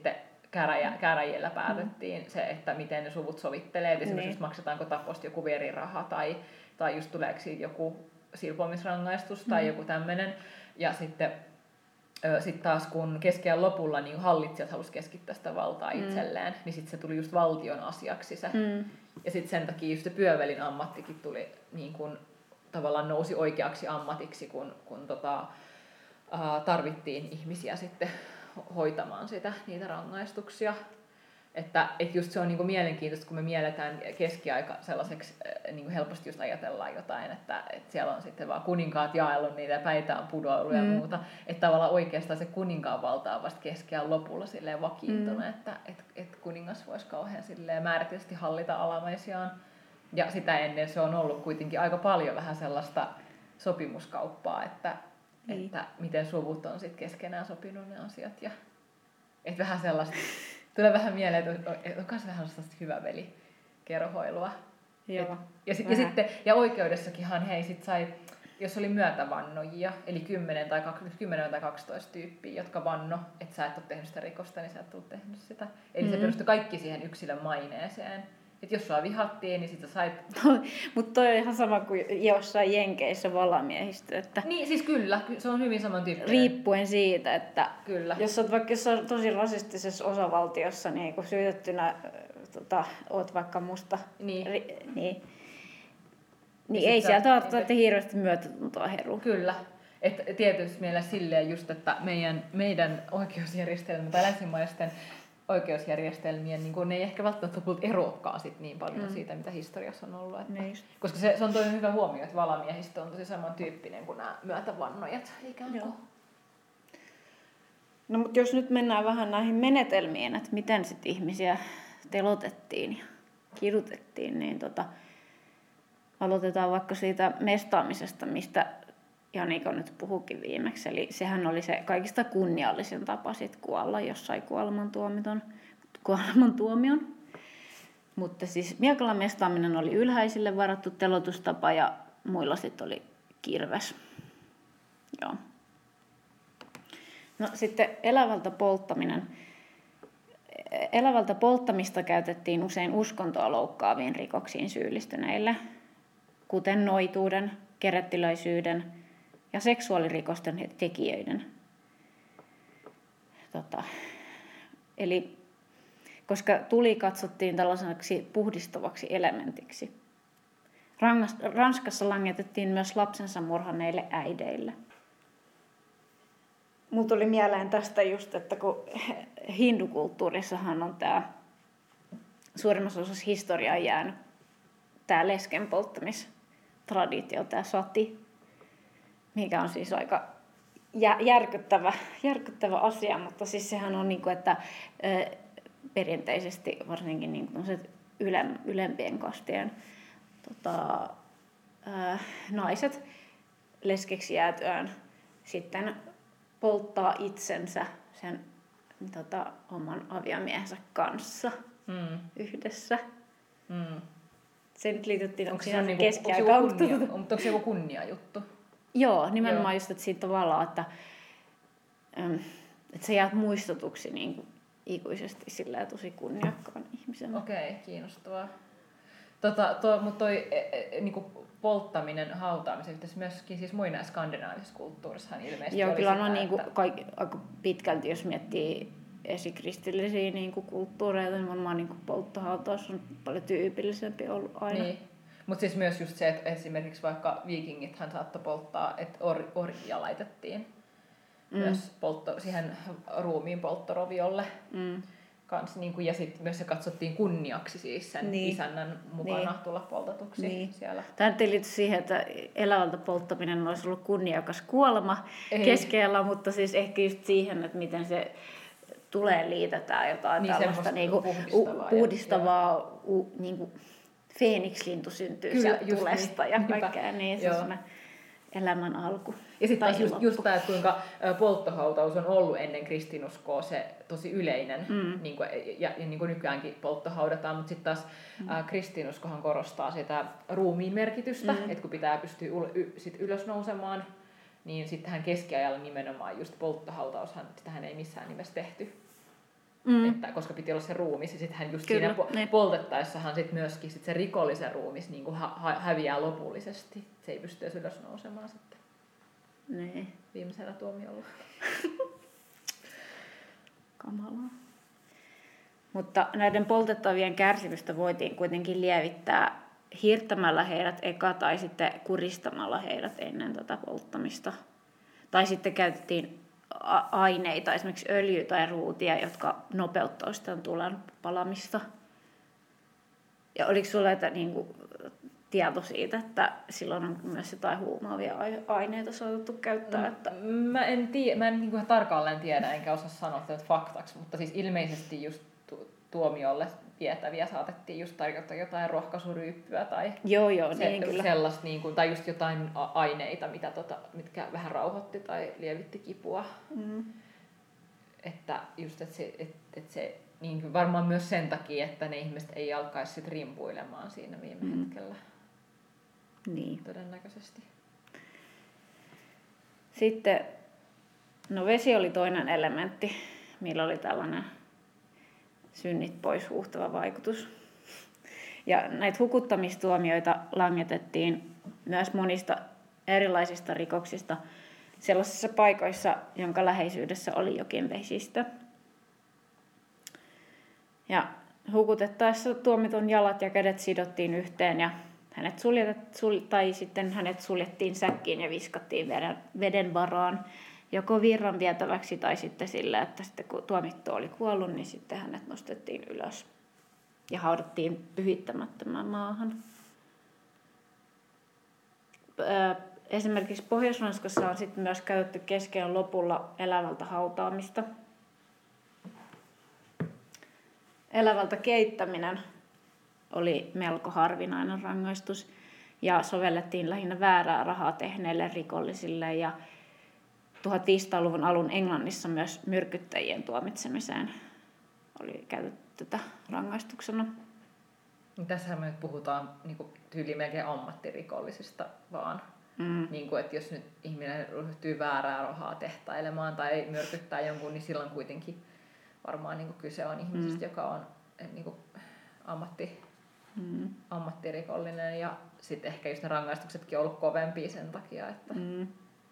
[SPEAKER 1] käräjä, käräjillä päätettiin mm. se, että miten ne suvut sovittelee. Et esimerkiksi
[SPEAKER 2] niin.
[SPEAKER 1] maksetaanko taposta joku veriraha tai, tai just tuleeko joku silpomisrangaistus tai mm. joku tämmöinen. Ja sitten Sitten taas kun keskiajan lopulla niin hallitsijat halusivat keskittää sitä valtaa mm. itselleen, niin sitten se tuli just valtion asiaksi se. Mm. Ja sitten sen takia just se pyövelin ammattikin tuli, niin kun, tavallaan nousi oikeaksi ammatiksi, kun, kun tota, ää, tarvittiin ihmisiä sitten hoitamaan sitä, niitä rangaistuksia. Että et just se on niinku mielenkiintoista, kun me mielletään keskiaika sellaiseksi, niinku helposti just ajatellaan jotain, että et siellä on sitten vaan kuninkaat jaellut niitä ja päitä on pudoillut mm. ja muuta. Että tavallaan oikeastaan se kuninkaan valta on vasta keskiajan lopulla silleen vakiintunut, mm. että et, et kuningas voisi kauhean silleen määrätisesti hallita alamaisiaan. Ja sitä ennen se on ollut kuitenkin aika paljon vähän sellaista sopimuskauppaa, että, mm. että miten suvut on sitten keskenään sopinut ne asiat. Ja, et vähän sellaista... Tulee vähän mieleen, että on myös vähän sellaista hyvä veli kerhoilua.
[SPEAKER 2] Joo,
[SPEAKER 1] Et, ja, sit, ja, sitten, ja oikeudessakinhan hei, sit sai, jos oli myötävannojia, eli kymmenen tai, kymmenen tai kaksitoista tyyppiä, jotka vanno, että sä et ole tehnyt sitä rikosta, niin sä et ole tehnyt sitä. Eli mm-hmm. se perustui kaikki siihen yksilön maineeseen. Että jos sua vihattiin, niin sit sä sait...
[SPEAKER 2] Mutta toi on ihan sama kuin jossain Jenkeissä valamiehistö. Että
[SPEAKER 1] niin, siis kyllä. Se on hyvin samantyyppinen.
[SPEAKER 2] Riippuen siitä, että
[SPEAKER 1] kyllä.
[SPEAKER 2] jos olet vaikka jossain tosi rasistisessa osavaltiossa niin kun syytettynä, tota, oot vaikka musta,
[SPEAKER 1] niin,
[SPEAKER 2] ri, niin, niin ei sieltä ole niin, hirveästi myötätuntoa heru.
[SPEAKER 1] Kyllä. Että tietysti mielessä silleen just, että meidän, meidän oikeusjärjestelmä tai länsimaisten oikeusjärjestelmien, niin kun ne ei ehkä välttämättä lopulta eroakaan sit niin paljon mm. siitä, mitä historiassa on ollut. Että, niin koska se, se on toinen hyvä huomio, että valamiehistö on tosi samantyyppinen kuin nämä myötävannojat ikään kuin. Joo.
[SPEAKER 2] No mutta jos nyt mennään vähän näihin menetelmiin, että miten sit ihmisiä telotettiin ja kidutettiin, niin tota, aloitetaan vaikka siitä mestaamisesta, mistä Janika nyt puhukin viimeksi. Eli sehän oli se kaikista kunniallisin tapa sit kuolla, jos sai kuolemantuomion. kuolemantuomion. Mutta siis miekalan mestaaminen oli ylhäisille varattu telotustapa ja muilla sitten oli kirves. Joo. No sitten elävältä polttaminen. Elävältä polttamista käytettiin usein uskontoa loukkaaviin rikoksiin syyllistyneille, kuten noituuden, kerettiläisyyden ja seksuaalirikosten tekijöiden. Tota, eli koska tuli katsottiin tällaiseksi puhdistavaksi elementiksi. Ranskassa langetettiin myös lapsensa murhanneille äideille. Mulla tuli mieleen tästä just, että kun hindukulttuurissahan on tämä suurimmassa osassa historiaa jäänyt tämä lesken polttamistraditio, tämä sati, mikä on siis aika järkyttävä, järkyttävä asia, mutta siis sehän on niin kuin, että perinteisesti varsinkin niin kuin ylempien kastien tota, ää, naiset leskeksi jäätyään sitten polttaa itsensä sen tota, oman aviomiehensä kanssa mm. yhdessä. Mm. Se nyt liityttiin
[SPEAKER 1] onko se niinku, keskiaikaan. Onko, onko se joku kunnia juttu?
[SPEAKER 2] Joo, nimenomaan Joo. just, että siitä tavallaan, että, että sä jäät muistutuksi niin kuin ikuisesti sillä tosi kunniakkaan ihmisen.
[SPEAKER 1] Okei, okay, kiinnostavaa. Tota, to, mutta toi e, e, niinku polttaminen hautaamisen yhteydessä myöskin siis muina skandinaavisissa kulttuurissahan ilmeisesti
[SPEAKER 2] Joo,
[SPEAKER 1] oli
[SPEAKER 2] kyllä
[SPEAKER 1] sitä,
[SPEAKER 2] on niinku
[SPEAKER 1] että...
[SPEAKER 2] kaikki, aika pitkälti, jos miettii esikristillisiä niinku kulttuureita, niin varmaan niinku polttohautaus on paljon tyypillisempi ollut aina. Niin.
[SPEAKER 1] Mutta siis myös just se, että esimerkiksi vaikka viikingithän saattoi polttaa, että or, orjia laitettiin mm. myös poltto, siihen ruumiin polttoroviolle. Mm. Kans, niin kuin, ja sitten myös se katsottiin kunniaksi siis sen niin. isännän mukana niin. tulla poltatuksi niin. siellä.
[SPEAKER 2] Tämä ei liity siihen, että elävältä polttaminen olisi ollut kunniakas kuolema ei. keskellä, mutta siis ehkä just siihen, että miten se tulee liitetään jotain niin, tällaista niinku puhdistavaa, puhdistavaa ja, u, niinku, feenikslintu syntyy kyllä, sieltä tulesta niin. ja kaikkea niin, se on elämän alku.
[SPEAKER 1] Ja sitten taas just, just tämä, että kuinka polttohautaus on ollut ennen kristinuskoa se tosi yleinen, mm. niin kuin, ja, ja niin kuin nykyäänkin polttohaudataan, mutta sitten taas mm. ä, kristinuskohan korostaa sitä ruumiin merkitystä, mm. että kun pitää pystyä yl, y, sit ylös nousemaan, niin sittenhän keskiajalla nimenomaan just polttohautaushan, sitähän ei missään nimessä tehty. mm. että, koska piti olla se ruumis. Ja sitten hän just Kyllä, siinä ne. poltettaessahan sit myöskin sit se rikollisen ruumis niin kuin hä- häviää lopullisesti. Se ei pysty edes ylös nousemaan sitten
[SPEAKER 2] ne.
[SPEAKER 1] viimeisellä tuomiolla.
[SPEAKER 2] Kamalaa. Mutta näiden poltettavien kärsimystä voitiin kuitenkin lievittää hirttämällä heidät eka tai sitten kuristamalla heidät ennen tätä polttamista. Tai sitten käytettiin aineita, esimerkiksi öljyä tai ruutia, jotka nopeuttavat sitä tulen palamista. Ja oliko sinulla että, niin kuin, tieto siitä, että silloin on myös jotain huumaavia aineita saatettu käyttää?
[SPEAKER 1] No,
[SPEAKER 2] että...
[SPEAKER 1] Mä en, tie, mä en niin kuin tarkalleen tiedä, enkä osaa sanoa tätä faktaksi, mutta siis ilmeisesti just tuomiolle vietäviä saatettiin just tarkoittaa jotain rohkaisuryyppyä tai
[SPEAKER 2] joo, joo,
[SPEAKER 1] se,
[SPEAKER 2] niin kyllä.
[SPEAKER 1] sellaista, niin kuin, tai just jotain aineita, mitä tota, mitkä vähän rauhoitti tai lievitti kipua.
[SPEAKER 2] Mm.
[SPEAKER 1] Että just, että se, et, et se niin kuin varmaan myös sen takia, että ne ihmiset ei alkaisi sit rimpuilemaan siinä viime mm. hetkellä.
[SPEAKER 2] Niin.
[SPEAKER 1] Todennäköisesti.
[SPEAKER 2] Sitten, no vesi oli toinen elementti, millä oli tällainen synnit pois huuhtava vaikutus. Ja näitä hukuttamistuomioita langetettiin myös monista erilaisista rikoksista sellaisissa paikoissa, jonka läheisyydessä oli jokin vesistö. Ja hukutettaessa tuomitun jalat ja kädet sidottiin yhteen ja hänet suljetet, sul, tai sitten hänet suljettiin säkkiin ja viskattiin veden, veden varaan. Joko virran vietäväksi tai sitten sillä, että sitten kun tuomittu oli kuollut, niin sitten hänet nostettiin ylös ja haudattiin pyhittämättömään maahan. Esimerkiksi Pohjois-Ranskassa on sitten myös käytetty keskeon lopulla elävältä hautaamista. Elävältä keittäminen oli melko harvinainen rangaistus ja sovellettiin lähinnä väärää rahaa tehneille rikollisille ja tuhatviisisataaluvun alun Englannissa myös myrkyttäjien tuomitsemiseen oli käytetty tätä rangaistuksena.
[SPEAKER 1] Tässähän me nyt puhutaan niin kuin tyyliin melkein ammattirikollisista vaan.
[SPEAKER 2] Mm.
[SPEAKER 1] Niin kuin, että jos nyt ihminen ryhtyy väärää rahaa tehtailemaan tai myrkyttää jonkun, niin silloin kuitenkin varmaan niin kuin kyse on ihmisestä, mm. joka on niin kuin ammatti, mm. ammattirikollinen. Ja sitten ehkä just ne rangaistuksetkin on ollut kovempia sen takia, että...
[SPEAKER 2] Mm.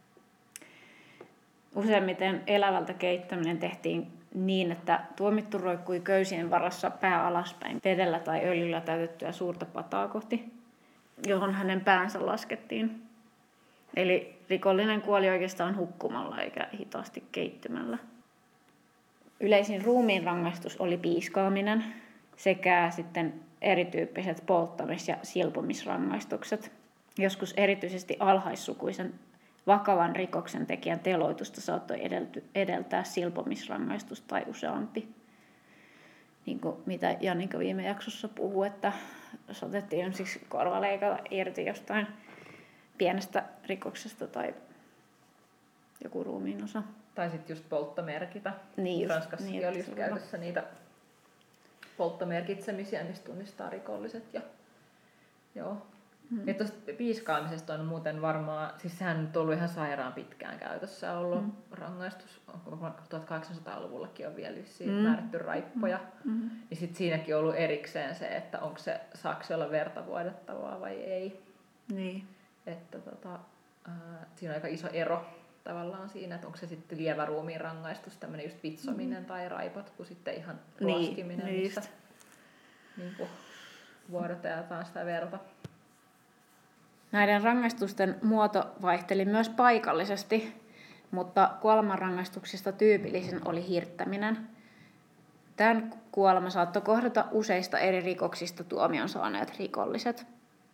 [SPEAKER 2] Useimmiten elävältä keittäminen tehtiin niin, että tuomittu roikkui köysien varassa pää alaspäin vedellä tai öljyllä täytettyä suurta pataa kohti, johon hänen päänsä laskettiin. Eli rikollinen kuoli oikeastaan hukkumalla eikä hitaasti keittymällä. Yleisin ruumiin rangaistus oli piiskaaminen sekä sitten erityyppiset polttamis- ja silpomisrangaistukset. Joskus erityisesti alhaissukuisen vakavan rikoksen tekijän teloitusta saattoi edeltää silpomisrangaistus tai useampi. Niin kuin mitä Jannika viime jaksossa puhui, että saatettiin ensiksi korva leikata irti jostain pienestä rikoksesta tai joku ruumiin osa.
[SPEAKER 1] Tai sitten just polttomerkitä.
[SPEAKER 2] Niin
[SPEAKER 1] Ranskassakin niin, oli just käytössä niitä polttomerkitsemisiä, mistä tunnistaa rikolliset. Ja, joo. Hmm. Ja tuosta piiskaamisesta on muuten varmaan, siis sehän on ollut ihan sairaan pitkään käytössä ollut hmm. rangaistus. tuhatkahdeksansataaluvullakin on vielä hmm. määrätty raippoja. Hmm. Ja sitten siinäkin on ollut erikseen se, että onko se, saako se olla verta vuodettavaa vai ei.
[SPEAKER 2] Niin.
[SPEAKER 1] Että tota, äh, siinä on aika iso ero tavallaan siinä, että onko se sitten lievä ruumiin rangaistus, tämmöinen just vitsominen hmm. tai raipat, kuin sitten ihan ruoskiminen, niin, missä niin kuin vuodatetaan sitä verta.
[SPEAKER 2] Näiden rangaistusten muoto vaihteli myös paikallisesti, mutta kuolemanrangaistuksista tyypillisin oli hirttäminen. Tämän kuolema saattoi kohdata useista eri rikoksista tuomion saaneet rikolliset.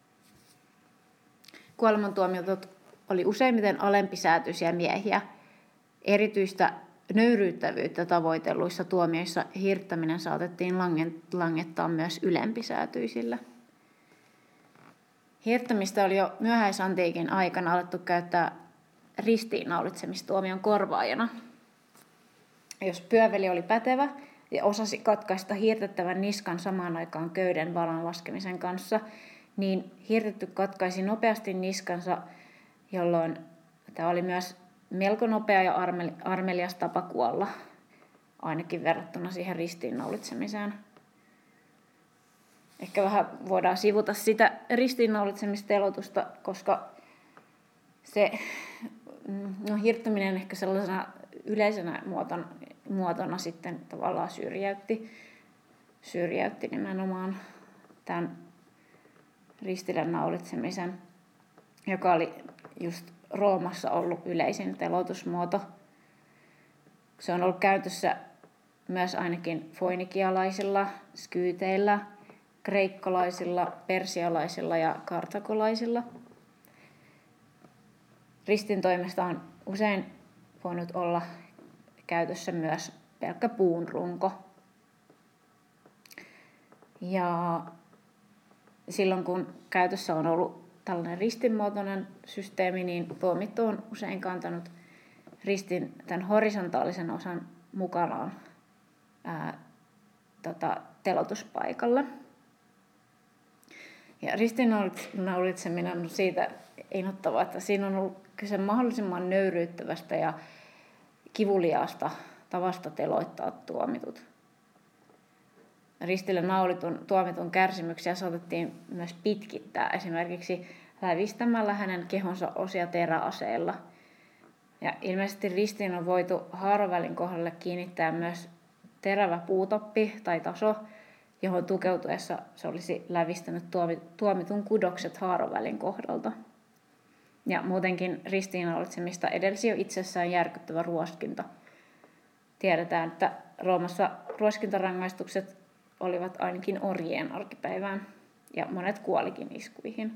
[SPEAKER 2] Kuolemantuomitut oli useimmiten alempisäätyisiä miehiä. Erityistä nöyryyttävyyttä tavoitelluissa tuomioissa hirttäminen saatettiin langettaa myös ylempisäätyisillä. Hirttämistä oli jo myöhäisantiikin aikana alettu käyttää ristiinnaulitsemistuomion korvaajana. Jos pyöveli oli pätevä ja osasi katkaista hirtettävän niskan samaan aikaan köyden valan laskemisen kanssa, niin hirtetty katkaisi nopeasti niskansa, jolloin tämä oli myös melko nopea ja armelias tapa kuolla. ainakin verrattuna siihen ristiinnaulitsemiseen. Ehkä vähän voidaan sivuta sitä ristiinnaulitsemisteloitusta, koska se no, hirttäminen ehkä sellaisena yleisenä muotona, muotona sitten tavallaan syrjäytti, syrjäytti nimenomaan tämän ristillä naulitsemisen, joka oli just Roomassa ollut yleisin teloitusmuoto. Se on ollut käytössä myös ainakin foinikialaisilla, skyyteillä, kreikkalaisilla, persialaisilla ja kartakolaisilla. Ristin toimesta on usein voinut olla käytössä myös pelkkä puun runko. Ja silloin kun käytössä on ollut tällainen ristinmuotoinen systeemi, niin tuomittu on usein kantanut ristin tämän horisontaalisen osan mukanaan ää, tota, teloituspaikalla. Ja ristiinnaulitseminen on siitä inhottavaa, että siinä on ollut kyse mahdollisimman nöyryyttävästä ja kivuliaasta tavasta teloittaa tuomitut. Ristille naulitun tuomitun kärsimyksiä saatettiin myös pitkittää, esimerkiksi lävistämällä hänen kehonsa osia teräaseilla. Ja ilmeisesti ristiin on voitu haaravälin kohdalle kiinnittää myös terävä puutoppi tai taso, johon tukeutuessa se olisi lävistänyt tuomitun kudokset haaravälin kohdalta. Ja muutenkin ristiinnaulitsemista edelsi jo itsessään järkyttävä ruoskinta. Tiedetään, että Roomassa ruoskintarangaistukset olivat ainakin orjien arkipäivään ja monet kuolikin iskuihin.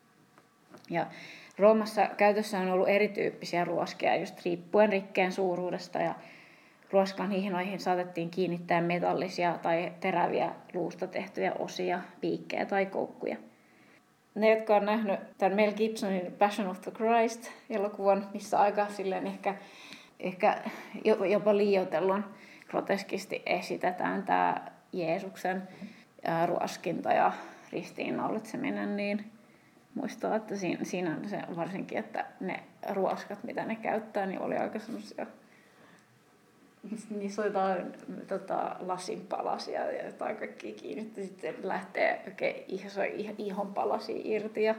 [SPEAKER 2] Ja Roomassa käytössä on ollut erityyppisiä ruoskeja just riippuen rikkeen suuruudesta ja ruoskan hihnoihin saatettiin kiinnittää metallisia tai teräviä luusta tehtyjä osia, piikkejä tai koukkuja. Ne, jotka on nähnyt tämän Mel Gibsonin Passion of the Christ-elokuvan, missä aika silleen ehkä, ehkä jopa liioitellun groteskisti esitetään tämä Jeesuksen ruoskinta ja ristiinnaulitseminen, niin muistaa, että siinä, siinä se varsinkin, että ne ruoskat, mitä ne käyttää, niin oli aika semmoisia, niissä oli jotain tota, lasinpalasia ja jotain kaikkia kiinnitti, sitten lähtee oikein ihon palasia irti. Ja,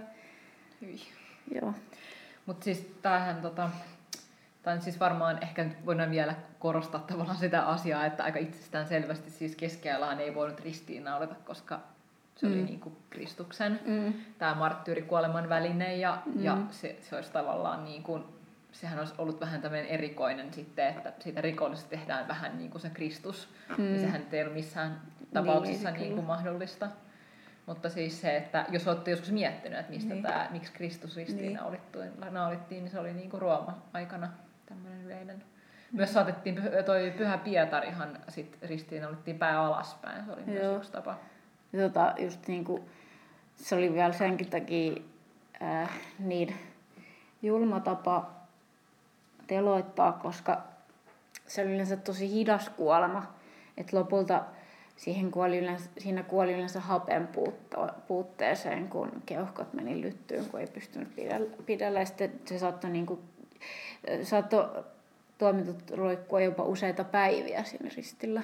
[SPEAKER 2] joo.
[SPEAKER 1] Mutta siis tämähän, tota, tämän siis varmaan ehkä voidaan vielä korostaa tavallaan sitä asiaa, että aika itsestään selvästi siis keskiajallahan ei voinut ristiinnaulita, koska se oli mm. niin kuin Kristuksen mm. tämä marttyyrikuoleman väline ja, mm. ja se, se olisi tavallaan niin kuin, sehän olisi ollut vähän tämmöinen erikoinen sitten, että siitä rikollisesta tehdään vähän niin kuin se Kristus, mm. ja sehän ei ole missään tapauksessa niin, niin kuin mahdollista. Mutta siis se, että jos olette joskus miettinyt, että mistä niin. tämä, miksi Kristus ristiinnaulittiin, niin. niin se oli niin kuin Rooma-aikana tämmöinen yleinen. Myös saatettiin, toi Pyhä Pietarihan sit ristiinnaulittiin pää alaspäin, se oli Joo. myös yksi tapa.
[SPEAKER 2] Tota, just niin kuin, se oli vielä senkin takia äh, niin julma tapa teloittaa, koska se oli yleensä tosi hidas kuolema. Et lopulta siihen kuoli yleensä, siinä kuoli yleensä hapen puutteeseen, kun keuhkot meni lyttyyn, kun ei pystynyt pidellä. pidellä. Ja sitten se saattoi, niin kuin, saattoi tuomitut roikkua jopa useita päiviä siinä ristillä.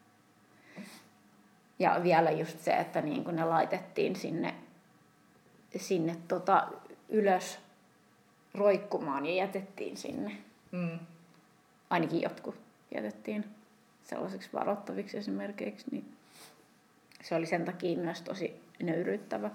[SPEAKER 2] Ja vielä just se, että niin kun ne laitettiin sinne, sinne tota ylös roikkumaan ja jätettiin sinne. Mm. Ainakin jotkut jätettiin sellaiseksi varoittaviksi esimerkiksi. Niin se oli sen takia myös tosi nöyryyttävä.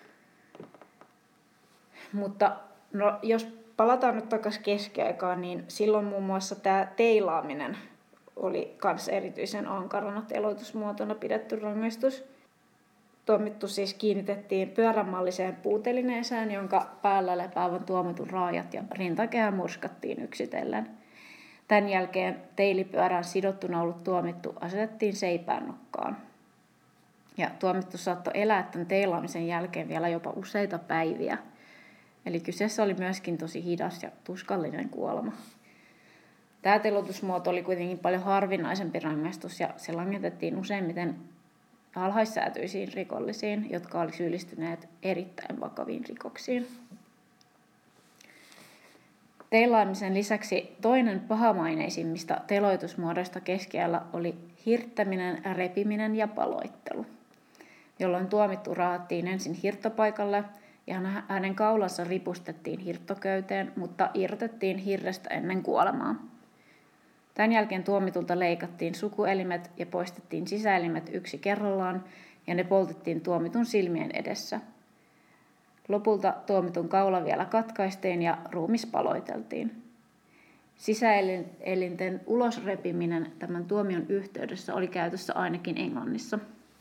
[SPEAKER 2] Mutta no, jos palataan nyt takaisin keskiaikaan, niin silloin muun muassa tämä teilaaminen oli myös erityisen ankarana teloitusmuotona pidetty rangaistus. Tuomittu siis kiinnitettiin pyöränmalliseen puutelineeseen, jonka päällä lepäävän tuomitun raajat ja rintakehä murskattiin yksitellen. Tämän jälkeen teilipyörään sidottuna ollut tuomittu asetettiin seipään nokkaan. Ja tuomittu saattoi elää tämän teilaamisen jälkeen vielä jopa useita päiviä. Eli kyseessä oli myöskin tosi hidas ja tuskallinen kuolema. Tämä teloitusmuoto oli kuitenkin paljon harvinaisempi rangaistus ja se langetettiin useimmiten alhaissäätyisiin rikollisiin, jotka oli syyllistyneet erittäin vakaviin rikoksiin. Teilaamisen lisäksi toinen pahamaineisimmista teloitusmuodoista keskiajalla oli hirttäminen, repiminen ja paloittelu, jolloin tuomittu raahattiin ensin hirttopaikalle ja hänen kaulansa ripustettiin hirttoköyteen, mutta irrotettiin hirrestä ennen kuolemaa. Tämän jälkeen tuomitulta leikattiin sukuelimet ja poistettiin sisäelimet yksi kerrallaan ja ne poltettiin tuomitun silmien edessä. Lopulta tuomitun kaula vielä katkaistiin ja ruumis paloiteltiin. Sisäelinten ulosrepiminen tämän tuomion yhteydessä oli käytössä ainakin Englannissa.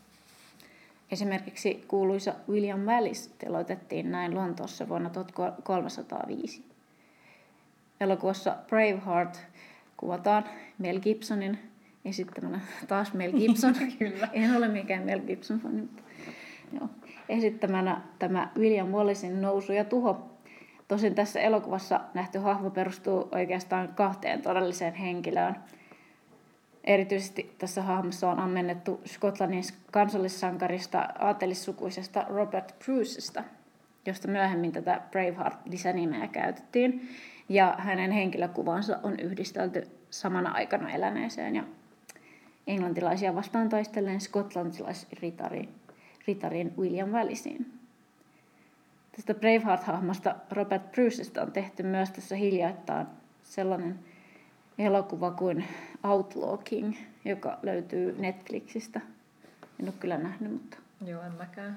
[SPEAKER 2] Esimerkiksi kuuluisa William Wallace teloitettiin näin Lontoossa vuonna tuhatkolmesataaviisi. Elokuvassa Braveheart kuvataan Mel Gibsonin esittämänä, taas Mel Gibson,
[SPEAKER 1] Kyllä.
[SPEAKER 2] En ole mikään Mel Gibson fani, mutta joo. Esittämänä tämä William Wallacein nousu ja tuho. Tosin tässä elokuvassa nähty hahmo perustuu oikeastaan kahteen todelliseen henkilöön. Erityisesti tässä hahmossa on ammennettu Skotlannin kansallissankarista aatelissukuisesta Robert Brucesta, josta myöhemmin tätä Braveheart-lisänimeä käytettiin, ja hänen henkilökuvansa on yhdistelty samana aikana eläneeseen ja englantilaisia vastaan taistelleen skotlantilaisritariin ritarin William Wallaceen. Tästä Braveheart-hahmosta Robert Brucesta on tehty myös tässä hiljattain sellainen elokuva kuin Outlaw King, joka löytyy Netflixistä. En ole kyllä nähnyt, mutta...
[SPEAKER 1] Joo, en mäkään.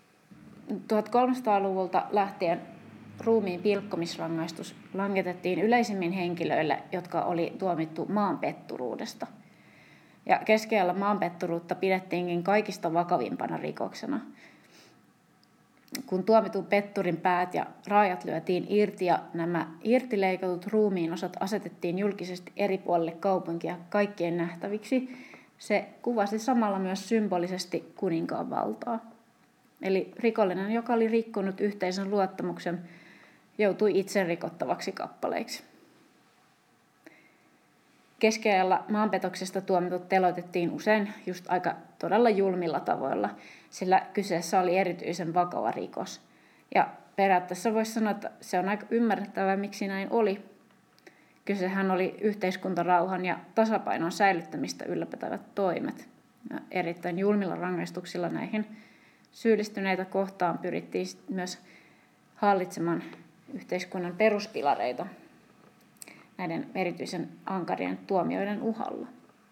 [SPEAKER 2] tuhatkolmesataaluvulta lähtien ruumiin pilkkomisrangaistus langetettiin yleisimmin henkilöille, jotka oli tuomittu maanpetturuudesta. Ja keskiajalla maanpetturuutta pidettiinkin kaikista vakavimpana rikoksena. Kun tuomitun petturin päät ja raajat lyötiin irti ja nämä irtileikatut ruumiin osat asetettiin julkisesti eri puolille kaupunkia kaikkien nähtäviksi, se kuvasi samalla myös symbolisesti kuninkaan valtaa. Eli rikollinen, joka oli rikkonut yhteisön luottamuksen, joutui itse rikottavaksi kappaleiksi. Keskiajalla maanpetoksesta tuomitut teloitettiin usein just aika todella julmilla tavoilla, sillä kyseessä oli erityisen vakava rikos. Ja periaatteessa voisi sanoa, että se on aika ymmärrettävää, miksi näin oli. Kysehän oli yhteiskuntarauhan ja tasapainon säilyttämistä ylläpitävät toimet. Ja erittäin julmilla rangaistuksilla näihin syyllistyneitä kohtaan pyrittiin myös hallitsemaan yhteiskunnan peruspilareita näiden erityisen ankarien tuomioiden uhalla.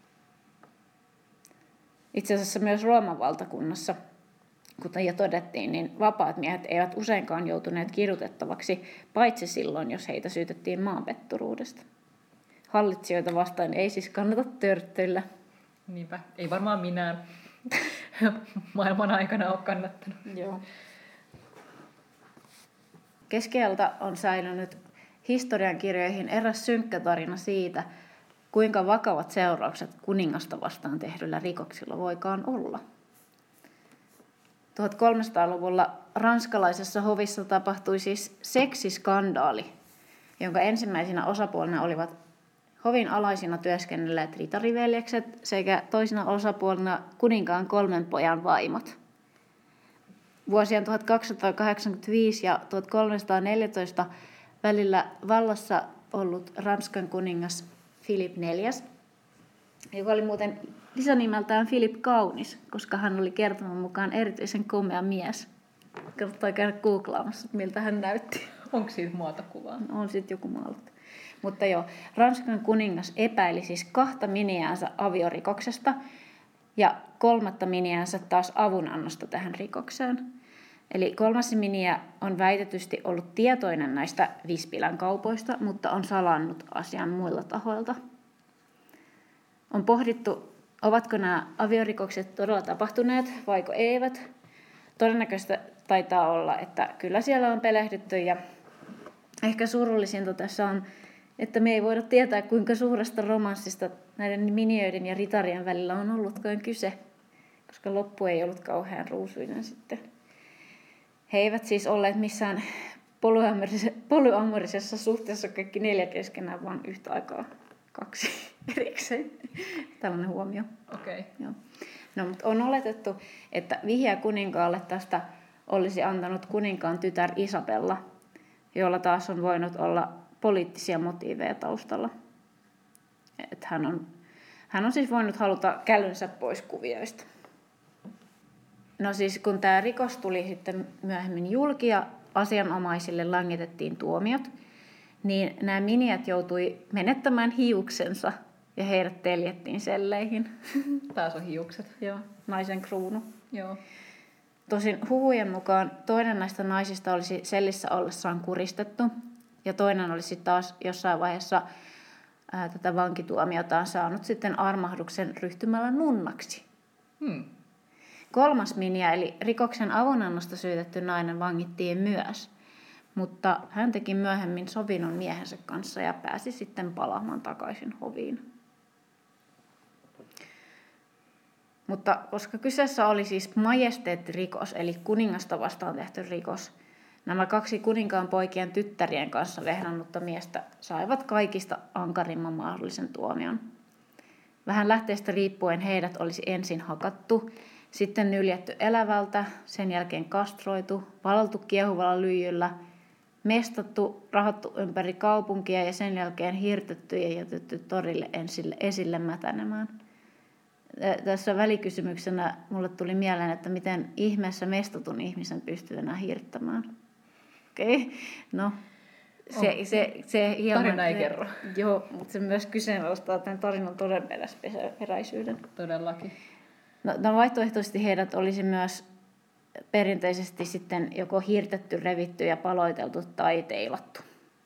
[SPEAKER 2] Itse asiassa myös Rooman valtakunnassa, kuten jo todettiin, niin vapaat miehet eivät useinkaan joutuneet kidutettavaksi, paitsi silloin, jos heitä syytettiin maanpetturuudesta. Hallitsijoita vastaan ei siis kannata törttöillä.
[SPEAKER 1] Niinpä, ei varmaan minä maailman aikana ole kannattanut.
[SPEAKER 2] Joo. Keskiajalta on säilynyt historiankirjoihin eräs synkkä tarina siitä, kuinka vakavat seuraukset kuningasta vastaan tehdyillä rikoksilla voikaan olla. tuhatkolmesataaluvulla ranskalaisessa hovissa tapahtui siis seksiskandaali, jonka ensimmäisinä osapuolina olivat hovin alaisina työskennelleet ritariveljekset sekä toisina osapuolina kuninkaan kolmen pojan vaimot. Vuosien tuhatkaksisataakahdeksankymmentäviisi ja tuhatkolmesataaneljätoista välillä vallassa ollut Ranskan kuningas Philippe neljäs, joka oli muuten lisänimeltään Philippe Kaunis, koska hän oli kertoman mukaan erityisen komea mies. Kannattaa käydä googlaamassa, miltä hän näytti.
[SPEAKER 1] Onko siitä muotokuvaa?
[SPEAKER 2] On sitten joku maalattu. Mutta joo, Ranskan kuningas epäili siis kahta miniäänsä aviorikoksesta ja kolmatta miniäänsä taas avunannosta tähän rikokseen. Eli kolmas miniä on väitetysti ollut tietoinen näistä Vispilän kaupoista, mutta on salannut asian muilla tahoilta. On pohdittu, ovatko nämä aviorikokset todella tapahtuneet vaiko eivät. Todennäköistä taitaa olla, että kyllä siellä on pelehdytty ja ehkä surullisinta tässä on, että me ei voida tietää, kuinka suuresta romanssista näiden miniöiden ja ritarien välillä on ollutkaan kyse, koska loppu ei ollut kauhean ruusuinen sitten. He eivät siis olleet missään polyamorisessa suhteessa kaikki neljä keskenään, vaan yhtä aikaa kaksi erikseen. Tällainen huomio.
[SPEAKER 1] Okei. Okay.
[SPEAKER 2] Joo. No, mutta on oletettu, että vihjeä kuninkaalle tästä olisi antanut kuninkaan tytär Isabella, jolla taas on voinut olla poliittisia motiiveja taustalla. Et hän, on, hän on siis voinut haluta kälynsä pois kuvioista. No siis kun tämä rikos tuli sitten myöhemmin julki ja asianomaisille langitettiin tuomiot, niin nämä miniät joutui menettämään hiuksensa ja heidät teljettiin selleihin.
[SPEAKER 1] Taas on hiukset.
[SPEAKER 2] Joo, naisen kruunu.
[SPEAKER 1] Joo.
[SPEAKER 2] Tosin huhujen mukaan toinen näistä naisista olisi sellissä ollessaan kuristettu ja toinen olisi taas jossain vaiheessa ää, tätä vankituomiotaan saanut sitten armahduksen ryhtymällä nunnaksi.
[SPEAKER 1] Hmm.
[SPEAKER 2] Kolmas miniä eli rikoksen avunannosta syytetty nainen vangittiin myös, mutta hän teki myöhemmin sovinnon miehensä kanssa ja pääsi sitten palaamaan takaisin hoviin. Mutta koska kyseessä oli siis majesteettirikos, eli kuningasta vastaan tehty rikos, nämä kaksi kuninkaan poikien tyttärien kanssa vehnannutta miestä saivat kaikista ankarimman mahdollisen tuomion. Vähän lähteestä riippuen heidät olisi ensin hakattu, sitten nyljetty elävältä, sen jälkeen kastroitu, valeltu kiehuvalla lyijyllä, mestattu, rahattu ympäri kaupunkia ja sen jälkeen hirtetty ja jätetty torille esille, esille mätänemään. Tässä välikysymyksenä mulle tuli mieleen, että miten ihmeessä mestatun ihmisen pystyy enää hirttämään. Okei, okay. No se,
[SPEAKER 1] oh.
[SPEAKER 2] se, se hieman...
[SPEAKER 1] Tarina ei
[SPEAKER 2] se,
[SPEAKER 1] kerro.
[SPEAKER 2] Joo, mutta se myös kyseenalaistaa tämän tarinan todenperäisyyden.
[SPEAKER 1] Todellakin.
[SPEAKER 2] No, no vaihtoehtoisesti heidät olisi myös perinteisesti sitten joko hirtetty, revitty ja paloiteltu tai teilattu.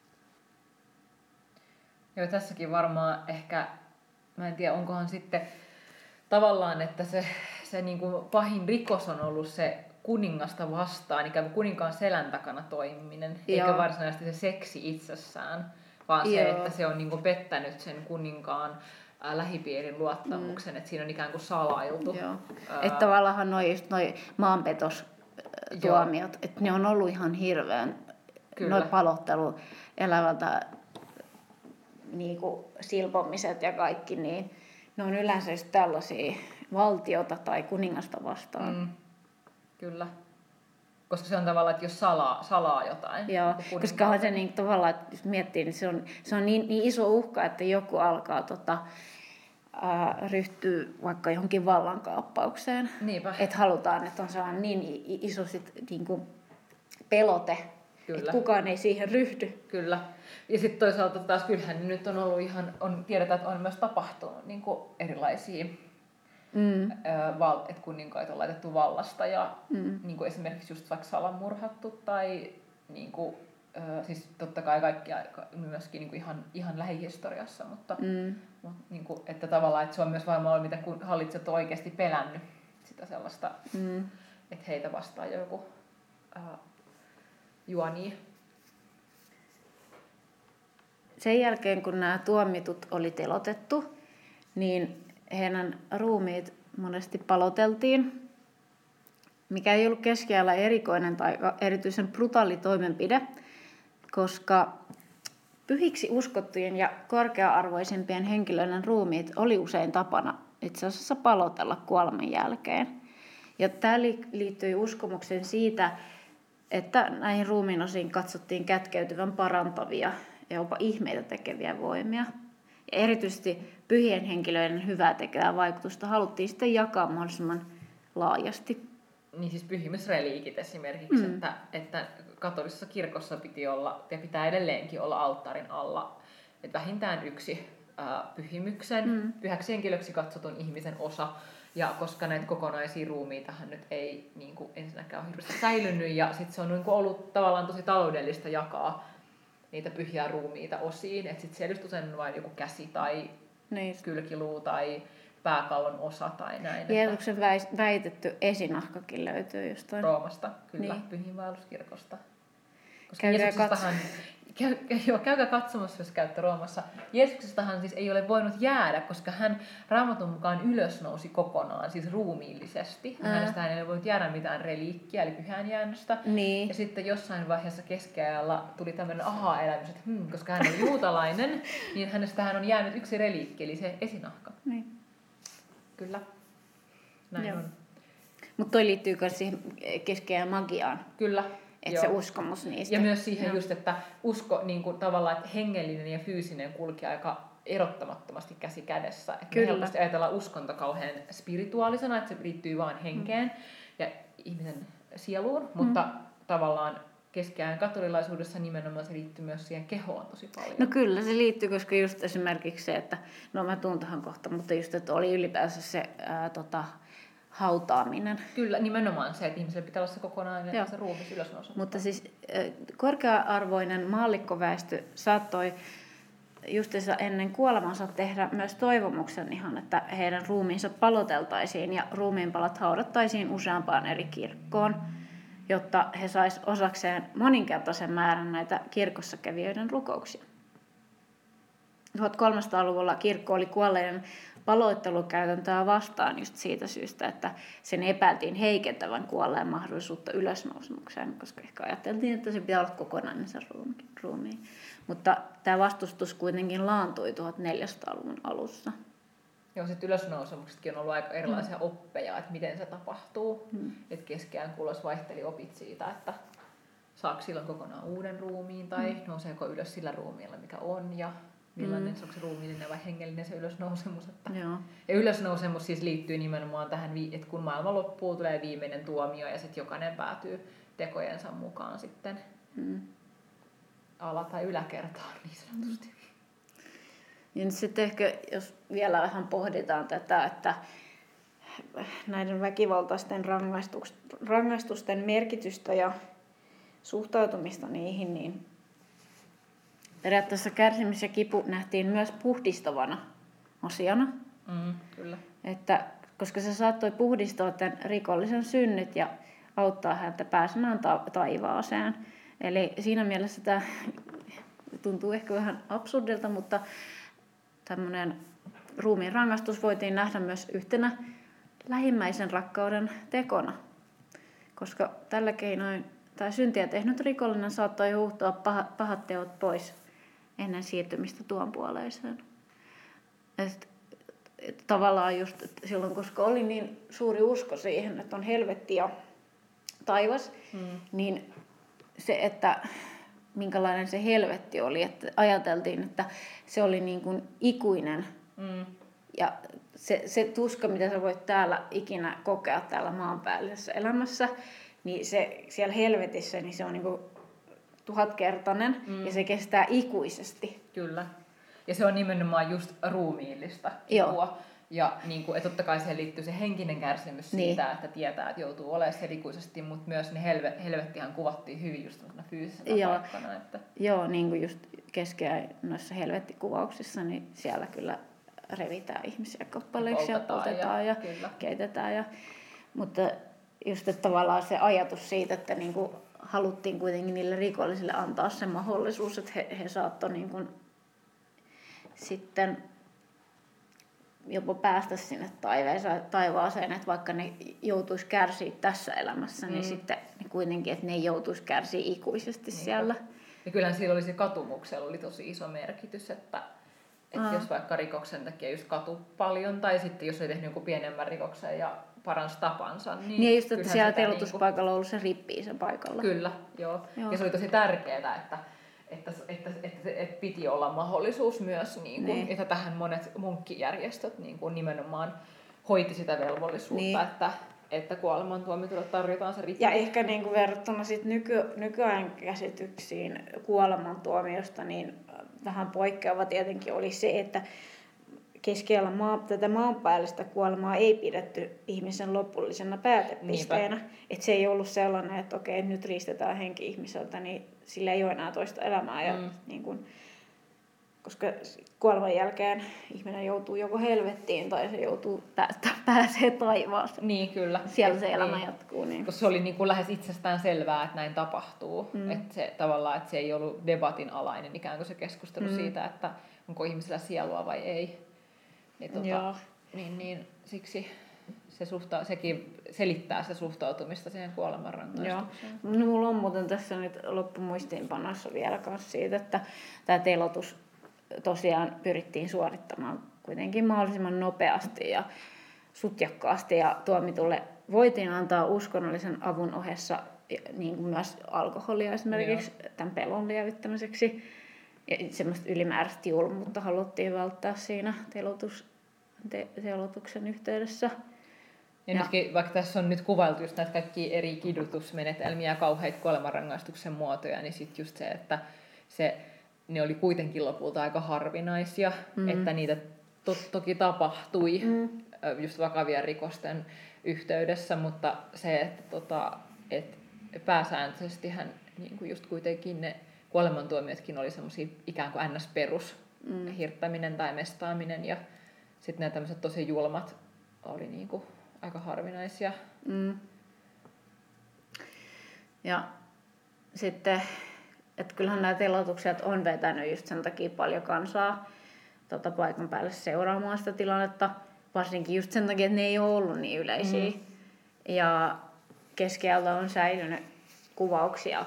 [SPEAKER 1] Joo, tässäkin varmaan ehkä, mä en tiedä, onkohan sitten tavallaan, että se, se niin kuin pahin rikos on ollut se kuningasta vastaan, ikään kuin kuninkaan selän takana toimiminen, Joo. eikä varsinaisesti se seksi itsessään, vaan Joo. se, että se on niin kuin pettänyt sen kuninkaan ää, lähipiirin luottamuksen, mm. että siinä on ikään kuin salailtu.
[SPEAKER 2] Joo. Ää... Että tavallaan noi, noi maanpetostuomiot, että ne on ollut ihan hirveän, noi palottelu elävältä niin kuin silpomiset ja kaikki, niin ne on yleensä just tällaisia valtiota tai kuningasta vastaan. Mm.
[SPEAKER 1] Kyllä. Koska se on tavallaan, että jos salaa, salaa jotain.
[SPEAKER 2] Joo, koska se niin, tavallaan, että jos miettii, niin se on, se on niin, niin iso uhka, että joku alkaa tota, ää, ryhtyä vaikka johonkin vallankaappaukseen.
[SPEAKER 1] Niinpä.
[SPEAKER 2] Että halutaan, että on sellainen niin iso sit, niin kuin pelote, Kyllä. että kukaan ei siihen ryhdy.
[SPEAKER 1] Kyllä. Ja sitten toisaalta taas kyllähän nyt on ollut ihan, on, tiedetään, että on myös tapahtunut niin kuin erilaisia, mm. val, että kuninkaita on laitettu vallasta ja mm. niin kuin esimerkiksi just vaikka salamurhattu tai niin kuin, siis totta kai kaikkia myöskin niin kuin ihan, ihan lähihistoriassa, mutta, mm. mutta niin kuin, että tavallaan että se on myös varmaan ollut, mitä hallitsijat on oikeasti pelännyt sitä sellaista, mm. että heitä vastaan joku äh, juoni.
[SPEAKER 2] Sen jälkeen, kun nämä tuomitut oli telotettu, niin heidän ruumiit monesti paloteltiin, mikä ei ollut keskiajalla erikoinen tai erityisen brutaali toimenpide, koska pyhiksi uskottujen ja korkea-arvoisimpien henkilöiden ruumiit oli usein tapana itse asiassa palotella kuoleman jälkeen. Ja tämä liittyi uskomukseen siitä, että näihin ruumiinosiin katsottiin kätkeytyvän parantavia ja jopa ihmeitä tekeviä voimia. Ja erityisesti pyhien henkilöiden hyvää tekevää vaikutusta haluttiin sitten jakaa mahdollisimman laajasti.
[SPEAKER 1] Niin siis pyhimysreliikit esimerkiksi, mm. että, että katolisessa kirkossa piti olla ja pitää edelleenkin olla alttarin alla että vähintään yksi ää, pyhimyksen, mm. pyhäksi henkilöksi katsotun ihmisen osa. Ja koska näitä kokonaisia ruumiitahan nyt ei niin kuin ensinnäkään ole hirveästi säilynyt ja sitten se on niin kuin ollut tavallaan tosi taloudellista jakaa niitä pyhiä ruumiita osiin. Että sitten siellä just usein vain joku käsi tai niin. kylkiluu tai pääkallon osa tai näin.
[SPEAKER 2] Jeesuksen väitetty esinahkakin löytyy jostain.
[SPEAKER 1] Roomasta, kyllä, niin. Pyhiinvaelluskirkosta. Koska
[SPEAKER 2] Käykää
[SPEAKER 1] Jeesuksestahan, käy, joo, käykää katsomassa, jos käytte Roomassa. Jeesuksestahan siis ei ole voinut jäädä, koska hän Raamatun mukaan ylösnousi kokonaan, siis ruumiillisesti. Ää. Hänestä ei ole voinut jäädä mitään reliikkiä, eli pyhäänjäännöstä.
[SPEAKER 2] Niin.
[SPEAKER 1] Ja sitten jossain vaiheessa keskiajalla tuli tämmöinen aha-elämys, että hmm, koska hän on juutalainen, niin hänestähän on jäänyt yksi reliikki, eli se esinahka.
[SPEAKER 2] Niin.
[SPEAKER 1] Kyllä, näin
[SPEAKER 2] Joo.
[SPEAKER 1] on.
[SPEAKER 2] Mutta toi liittyy myös siihen keskiajan magiaan.
[SPEAKER 1] Kyllä.
[SPEAKER 2] että se uskomus niistä.
[SPEAKER 1] Ja myös siihen Joo. just, että usko niin kuin, tavallaan, että hengellinen ja fyysinen kulkee aika erottamattomasti käsi kädessä. Että me helposti ajatellaan uskonto kauhean spirituaalisena, että se liittyy vaan henkeen mm. ja ihmisen sieluun, mm. mutta tavallaan keskiajan katolilaisuudessa nimenomaan se liittyy myös siihen kehoon tosi paljon.
[SPEAKER 2] No kyllä se liittyy, koska just esimerkiksi se, että, no mä tuun tähän kohta, mutta just, että oli ylipäänsä se ää, tota, hautaaminen.
[SPEAKER 1] Kyllä, nimenomaan se, että ihmisellä pitää olla se kokonainen ja se ruumis ylösnousu.
[SPEAKER 2] Mutta siis korkea-arvoinen maallikkoväestö saattoi justiinsa ennen kuolemansa tehdä myös toivomuksen ihan, että heidän ruumiinsa paloteltaisiin ja ruumiinpalat haudattaisiin useampaan eri kirkkoon, jotta he sais osakseen moninkertaisen määrän näitä kirkossa kävijöiden rukouksia. tuhatkolmesataaluvulla kirkko oli kuolleiden paloittelukäytäntöä vastaan just siitä syystä, että sen epäiltiin heikentävän kuolleen mahdollisuutta ylösnousemukseen, koska ehkä ajateltiin, että se pitää olla kokonainen se ruumiin. Mutta tämä vastustus kuitenkin laantui tuhatneljäsataaluvun alussa.
[SPEAKER 1] Joo, sitten ylösnousemuksetkin on ollut aika erilaisia mm. oppeja, että miten se tapahtuu. Mm. Että keskiajan kuluessa vaihteli opit siitä, että saako silloin kokonaan uuden ruumiin tai mm. nouseeko ylös sillä ruumiilla, mikä on ja millainen mm. se onko se ruumiillinen vai hengellinen se ylösnousemus. Että
[SPEAKER 2] Joo.
[SPEAKER 1] Ja ylösnousemus siis liittyy nimenomaan tähän, että kun maailma loppuu, tulee viimeinen tuomio ja sitten jokainen päätyy tekojensa mukaan sitten mm. ala- tai yläkertaan niin sanotusti. Mm.
[SPEAKER 2] Ja sitten ehkä, jos vielä vähän pohditaan tätä, että näiden väkivaltaisten rangaistusten merkitystä ja suhtautumista niihin, niin periaatteessa kärsimys ja kipu nähtiin myös puhdistavana asiana.
[SPEAKER 1] Mm, kyllä.
[SPEAKER 2] Että, koska se saattoi puhdistaa tämän rikollisen synnit ja auttaa häntä pääsemään ta- taivaaseen. Eli siinä mielessä tämä tuntuu ehkä vähän absurdilta, mutta tämmöinen ruumiin rangaistus voitiin nähdä myös yhtenä lähimmäisen rakkauden tekona, koska tällä keinoin tämä syntiä tehnyt rikollinen saattoi huuhtoa pahat, pahat teot pois ennen siirtymistä tuon puoleiseen. Et, et, tavallaan just silloin, koska oli niin suuri usko siihen, että on helvetti ja taivas, mm. niin se, että minkälainen se helvetti oli, että ajateltiin, että se oli niin kuin ikuinen. Mm. Ja se, se tuska, mitä sä voit täällä ikinä kokea täällä maanpäällisessä elämässä, niin se siellä helvetissä, niin se on niin kuin tuhatkertainen mm. ja se kestää ikuisesti.
[SPEAKER 1] Kyllä. Ja se on nimenomaan just ruumiillista kipua. Ja niin kuin, että totta kai siihen liittyy se henkinen kärsimys niin. siitä, että tietää, että joutuu olemaan siellä ikuisesti, mutta myös ne helve, helvettihan kuvattiin hyvin just fyysisenä Joo. paikkana. Että...
[SPEAKER 2] Joo, niin kuin just keskeä noissa helvettikuvauksissa, niin siellä kyllä revitään ihmisiä kappaleiksi ja poltetaan ja, ja keitetään. Ja, mutta just että tavallaan se ajatus siitä, että niin kuin haluttiin kuitenkin niille rikollisille antaa se mahdollisuus, että he, he saattoi niin kuin sitten jopa päästä sinne taivaaseen, että vaikka ne joutuisi kärsiä tässä elämässä, mm. niin sitten kuitenkin, että ne ei joutuisi kärsiä ikuisesti Niinpä. siellä.
[SPEAKER 1] Ja kyllähän siinä oli se katumuksella oli tosi iso merkitys, että, että jos vaikka rikoksen tekee just katu paljon, tai sitten jos ei tehnyt jonkun pienemmän rikoksen ja paransi tapansa, niin...
[SPEAKER 2] Niin just, että siellä teloituspaikalla niin kuin... on ollut se rippii sen paikalla.
[SPEAKER 1] Kyllä, joo. joo. Ja se oli tosi tärkeää, että Että, että, että, että piti olla mahdollisuus myös, niin kuin, niin. että tähän monet munkkijärjestöt niin kuin nimenomaan hoiti sitä velvollisuutta, niin. että, että kuolemantuomitulle tarjotaan se rikki.
[SPEAKER 2] Ja ehkä niin kuin verrattuna sit nyky, nykyajan käsityksiin kuolemantuomiosta, niin vähän poikkeava tietenkin oli se, että keskellä maa, tätä maanpäällistä kuolemaa ei pidetty ihmisen lopullisena päätepisteenä. Että se ei ollut sellainen, että okei, nyt riistetään henki ihmiseltä, niin sillä ei ole enää toista elämää. Ja mm. niin kun, koska kuoleman jälkeen ihminen joutuu joko helvettiin tai se joutuu päästä, pääsee taivaaseen.
[SPEAKER 1] Niin, kyllä.
[SPEAKER 2] Siellä Et, se elämä niin. jatkuu. Niin.
[SPEAKER 1] Koska se oli niin kuin lähes itsestään selvää, että näin tapahtuu. Mm. Että se, tavallaan, että se ei ollut debatin alainen ikään kuin se keskustelu mm. siitä, että onko ihmisellä sielua vai ei. Niin, tota, niin, niin siksi se suhta, sekin selittää sitä suhtautumista siihen kuolemanrangaistukseen.
[SPEAKER 2] No, mulla on muuten tässä nyt loppumuistiinpanossa vielä kanssa siitä, että tämä teloitus tosiaan pyrittiin suorittamaan kuitenkin mahdollisimman nopeasti ja sutjakkaasti ja tuomitulle voitiin antaa uskonnollisen avun ohessa niin kuin myös alkoholia esimerkiksi Joo. tämän pelon lievittämiseksi. Ja semmoista ylimääräistä julmuutta haluttiin välttää siinä telotus, te, telotuksen yhteydessä.
[SPEAKER 1] Ja, ja nytkin, vaikka tässä on nyt kuvailtu just näitä kaikkia eri kidutusmenetelmiä ja kauheita kuolemanrangaistuksen muotoja, niin sitten just se, että se, ne oli kuitenkin lopulta aika harvinaisia, mm. että niitä to, toki tapahtui mm. just vakavien rikosten yhteydessä, mutta se, että tota, et pääsääntöisestihän niin kuin just kuitenkin ne kuolemantuomiotkin oli semmoisia ikään kuin ns-perus mm. hirttäminen tai mestaaminen, ja sitten nämä tämmöiset tosi julmat oli niin kuin aika harvinaisia.
[SPEAKER 2] Mm. Ja sitten, että kyllähän nämä telotukset on vetänyt just sen takia paljon kansaa tota, paikan päälle seuraamaan sitä tilannetta, varsinkin just sen takia, että ne ei ole ollut niin yleisiä. Mm. Ja keskialta on säilynyt kuvauksia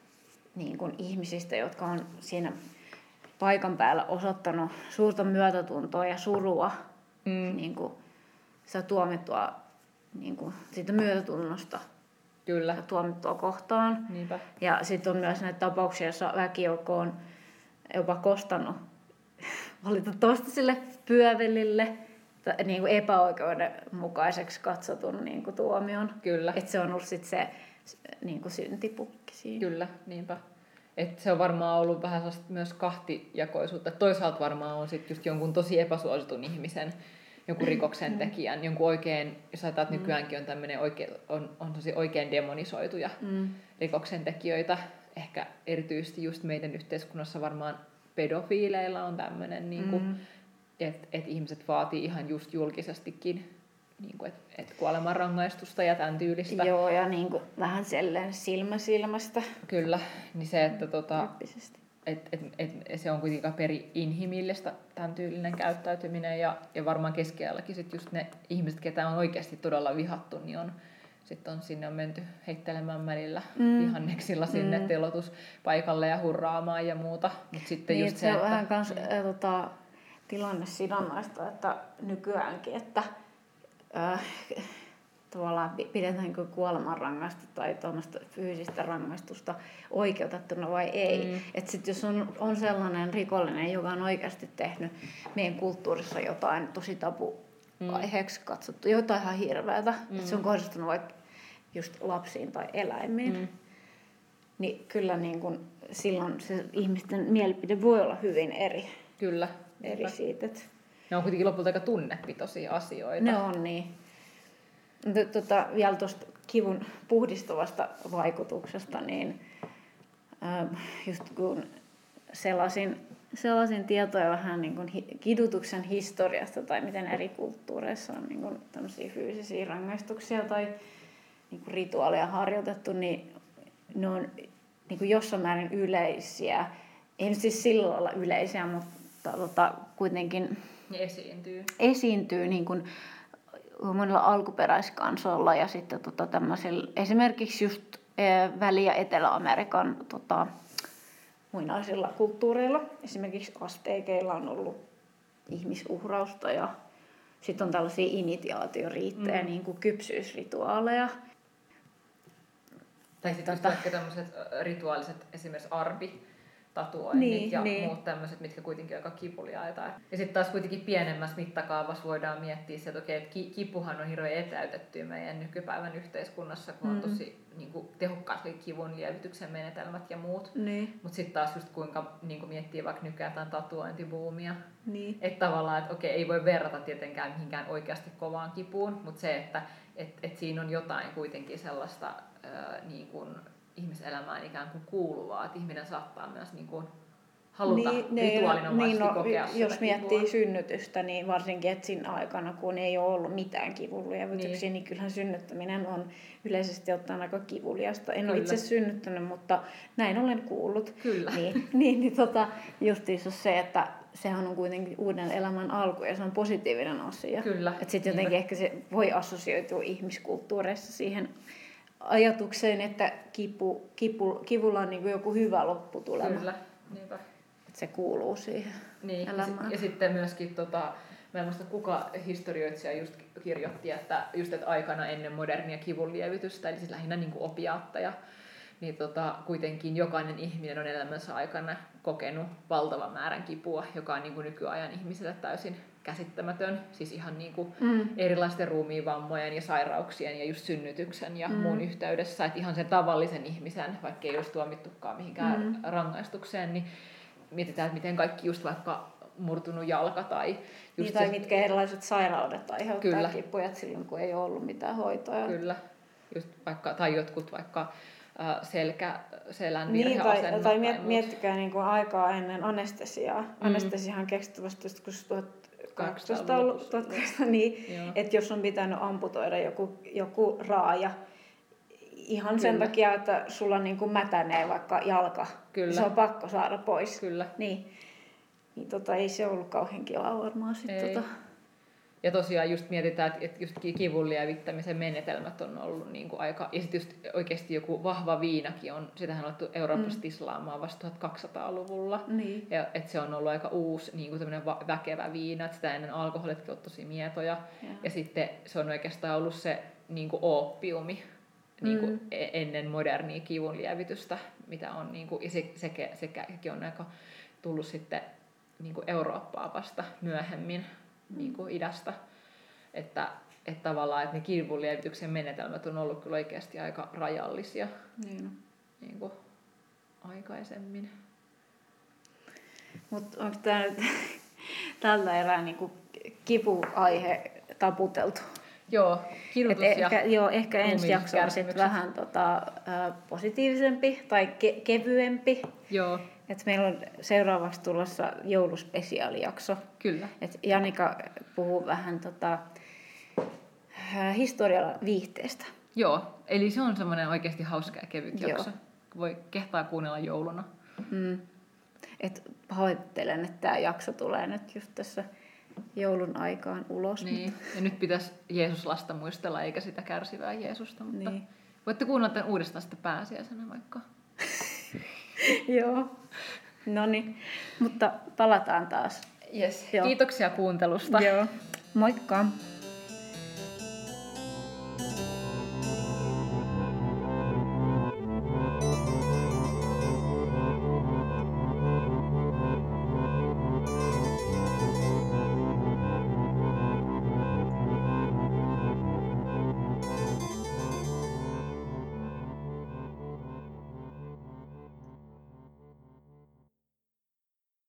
[SPEAKER 2] niin kuin ihmisistä, jotka on siinä paikan päällä osoittanut suurta myötätuntoa ja surua mm. niin kuin sitä tuomittua niin kuin siitä myötätunnosta
[SPEAKER 1] Kyllä.
[SPEAKER 2] tuomittua kohtaan.
[SPEAKER 1] Niinpä.
[SPEAKER 2] Ja sitten on myös näitä tapauksia, joissa väkijoukko on jopa kostannut valitettavasti sille pyövelille niin kuin epäoikeudenmukaiseksi katsotun niin kuin tuomion.
[SPEAKER 1] Kyllä.
[SPEAKER 2] Että se on ollut sit se niin kuin syntipukki siinä.
[SPEAKER 1] Kyllä, niinpä. Et se on varmaan ollut vähän myös kahtijakoisuutta. Toisaalta varmaan on sit just jonkun tosi epäsuositun ihmisen, jonkun rikoksen tekijän, jonkun oikein, jos ajatellaan, että nykyäänkin on tämmöinen oikein, on, on tosi oikein demonisoituja mm. rikoksen tekijöitä. Ehkä erityisesti just meidän yhteiskunnassa varmaan pedofiileilla on tämmöinen, niin mm. että et ihmiset vaatii ihan just julkisestikin niin että et kuolemanrangaistusta ja tämän tyylistä.
[SPEAKER 2] Joo, ja niin kuin vähän selleen silmä silmästä.
[SPEAKER 1] Kyllä, niin se, että tota, et, et, et, se on kuitenkin peri-inhimillistä tämän tyylinen käyttäytyminen, ja, ja varmaan keskiajallakin sit just ne ihmiset, ketä on oikeasti todella vihattu, niin on, sit on sinne on menty heittelemään mälillä mm. vihanneksilla sinne mm. telotuspaikalle ja hurraamaan ja muuta. Mut sitten
[SPEAKER 2] niin,
[SPEAKER 1] just
[SPEAKER 2] se,
[SPEAKER 1] se,
[SPEAKER 2] on
[SPEAKER 1] että,
[SPEAKER 2] vähän kans, mm. tota, tilanne sidonnaista, että nykyäänkin, että äh, tavallaan pidetäänkö kuolemanrangaistusta tai tuommoista fyysistä rangaistusta oikeutettuna vai ei. Mm. Että sit jos on, on sellainen rikollinen, joka on oikeasti tehnyt meidän kulttuurissa jotain tosi tabu-aiheeksi katsottu, jotain ihan hirveätä, mm. että se on kohdistunut vaikka just lapsiin tai eläimiin, mm. niin kyllä niin kun silloin se ihmisten mielipide voi olla hyvin eri.
[SPEAKER 1] Kyllä.
[SPEAKER 2] Eri siitä. Että
[SPEAKER 1] ne on kuitenkin lopulta aika tunnepitoisia asioita.
[SPEAKER 2] Ne on niin. Tota, vielä tuosta kivun puhdistavasta vaikutuksesta, niin äh, just kun sellaisin, sellaisin tietoja vähän niin kuin hi, kidutuksen historiasta tai miten eri kulttuureissa on niin kuin tämmöisiä fyysisiä rangaistuksia tai niin kuin rituaaleja harjoitettu, niin ne on niin kuin jossain määrin yleisiä. Ei nyt siis sillä lailla yleisiä, mutta tota, kuitenkin
[SPEAKER 1] ne esiintyy.
[SPEAKER 2] esiintyy niin kuin monilla alkuperäiskansoilla ja sitten tota tämmöisillä, esimerkiksi just Väli- ja Etelä-Amerikan tota, muinaisilla kulttuureilla. Esimerkiksi asteikeilla on ollut ihmisuhrausta ja sitten on tällaisia initiaatioriittejä, mm. niin kuin kypsyysrituaaleja.
[SPEAKER 1] Tai sitten tota, ehkä tämmöiset rituaaliset, esimerkiksi arbi, tatuoinnit niin, ja niin. muut tämmöiset, mitkä kuitenkin aika kipuliaita. Ja sitten taas kuitenkin pienemmässä mittakaavassa voidaan miettiä se, että, okei, että kipuhan on hirveän etäytetty meidän nykypäivän yhteiskunnassa, kun on mm. tosi niin kuin, tehokkaat kivun lievityksen menetelmät ja muut. Niin. Mutta sitten taas just kuinka niin kuin miettii vaikka nykyään tämän tatuointibuumia. Niin. Että tavallaan, että okei, ei voi verrata tietenkään mihinkään oikeasti kovaan kipuun, mutta se, että et, et siinä on jotain kuitenkin sellaista ää, niin kuin ihmiselämään ikään kuin kuuluvaa, että ihminen saattaa myös niin kuin haluta niin, rituaalinomaisesti niin, no, kokea
[SPEAKER 2] jos miettii kivua. Synnytystä, niin varsinkin että siinä aikana, kun ei ole ollut mitään kivunlievityksiä, niin. niin kyllähän synnyttäminen on yleisesti ottaen aika kivuliasta. En Kyllä. ole itse synnyttänyt, mutta näin olen kuullut.
[SPEAKER 1] Kyllä.
[SPEAKER 2] Niin, niin, niin tota, justiinsa se, että sehän on kuitenkin uuden elämän alku ja se on positiivinen asia.
[SPEAKER 1] Kyllä.
[SPEAKER 2] Että sitten jotenkin ehkä se voi assosioitua ihmiskulttuureissa siihen ajatukseen, että kipu, kipu, kivulla on niin kuin joku hyvä lopputulema.
[SPEAKER 1] Kyllä, niinpä.
[SPEAKER 2] Että se kuuluu siihen
[SPEAKER 1] niin.
[SPEAKER 2] elämään.
[SPEAKER 1] Ja, ja sitten myöskin tota, Mä en muista kuka historioitsija just kirjoitti, että just että aikana ennen modernia kivunlievitystä, eli siis lähinnä niin kuin opiaatteja, niin tota, kuitenkin jokainen ihminen on elämänsä aikana kokenut valtavan määrän kipua, joka on niin kuin nykyajan ihmiselle täysin käsittämätön. Siis ihan niin kuin mm. erilaisten ruumiinvammojen ja sairauksien ja just synnytyksen ja mm. muun yhteydessä. Että ihan sen tavallisen ihmisen, vaikka ei olisi tuomittukaan mihinkään mm. rangaistukseen, niin mietitään, että miten kaikki just vaikka murtunut jalka tai... Just
[SPEAKER 2] niin, tai
[SPEAKER 1] se...
[SPEAKER 2] mitkä erilaiset sairaudet aiheuttaa Kyllä. kipuja silloin, kun ei ole ollut mitään hoitoa.
[SPEAKER 1] Kyllä. Just vaikka, tai jotkut vaikka selkä, selän
[SPEAKER 2] niin,
[SPEAKER 1] virheasennot.
[SPEAKER 2] Tai, tai miet, miettikää niin kuin aikaa ennen anestesiaa. Mm. Anestesiahan keksitty vasta tuhatkahdeksansataaluvulta, niin, että jos on pitänyt amputoida joku, joku raaja, ihan Kyllä. sen takia, että sulla niin kuin mätänee vaikka jalka, Kyllä. se on pakko saada pois.
[SPEAKER 1] Kyllä.
[SPEAKER 2] Niin, niin tota, ei se ollut kauhean kivaa varmaan. Sit, tota.
[SPEAKER 1] Ja tosiaan just mietitään, että just kivun lievittämisen menetelmät on ollut niin kuin aika... Ja sitten just oikeasti joku vahva viinakin on, sitähän on alettu Euroopasta tislaamaan vasta tuhatkaksisataaluvulla.
[SPEAKER 2] Niin.
[SPEAKER 1] Ja että se on ollut aika uusi niin kuin tämmöinen väkevä viina, että sitä ennen alkoholitkin on tosi mietoja. Ja, ja sitten se on oikeastaan ollut se niin kuin ooppiumi niin kuin mm. ennen modernia kivun lievitystä, mitä on niin kuin, ja se, sekä, sekin on aika tullut sitten niin kuin Eurooppaa vasta myöhemmin. Niin kuin idästä, että, että tavallaan että ne kivunlievityksen menetelmät on ollut kyllä oikeasti aika rajallisia
[SPEAKER 2] niin.
[SPEAKER 1] Niin kuin aikaisemmin.
[SPEAKER 2] Mutta onko tämä nyt tällä erää niin kuin kipuaihe taputeltu?
[SPEAKER 1] Joo, kidutus
[SPEAKER 2] Et
[SPEAKER 1] ja
[SPEAKER 2] ehkä, joo, ehkä ensi jakso on sitten vähän tota, ä, positiivisempi tai ke- kevyempi.
[SPEAKER 1] Joo.
[SPEAKER 2] Et meillä on seuraavaksi tulossa jouluspesiaalijakso.
[SPEAKER 1] Kyllä.
[SPEAKER 2] Et Janika puhuu vähän tota, historian viihteestä.
[SPEAKER 1] Joo, eli se on semmoinen oikeasti hauska ja kevyt Joo. jakso. Voi kehtaa kuunnella jouluna.
[SPEAKER 2] Mm. Et pahoittelen, että tämä jakso tulee nyt just tässä joulun aikaan ulos.
[SPEAKER 1] Niin.
[SPEAKER 2] Mutta...
[SPEAKER 1] Ja nyt pitäisi Jeesuslasta muistella, eikä sitä kärsivää Jeesusta. Mutta
[SPEAKER 2] niin.
[SPEAKER 1] Voitte kuunnella tämän uudestaan sitten pääsiäisenä vaikka.
[SPEAKER 2] Joo. Noniin, mutta palataan taas.
[SPEAKER 1] Yes. Kiitoksia kuuntelusta.
[SPEAKER 2] Joo. Moikka!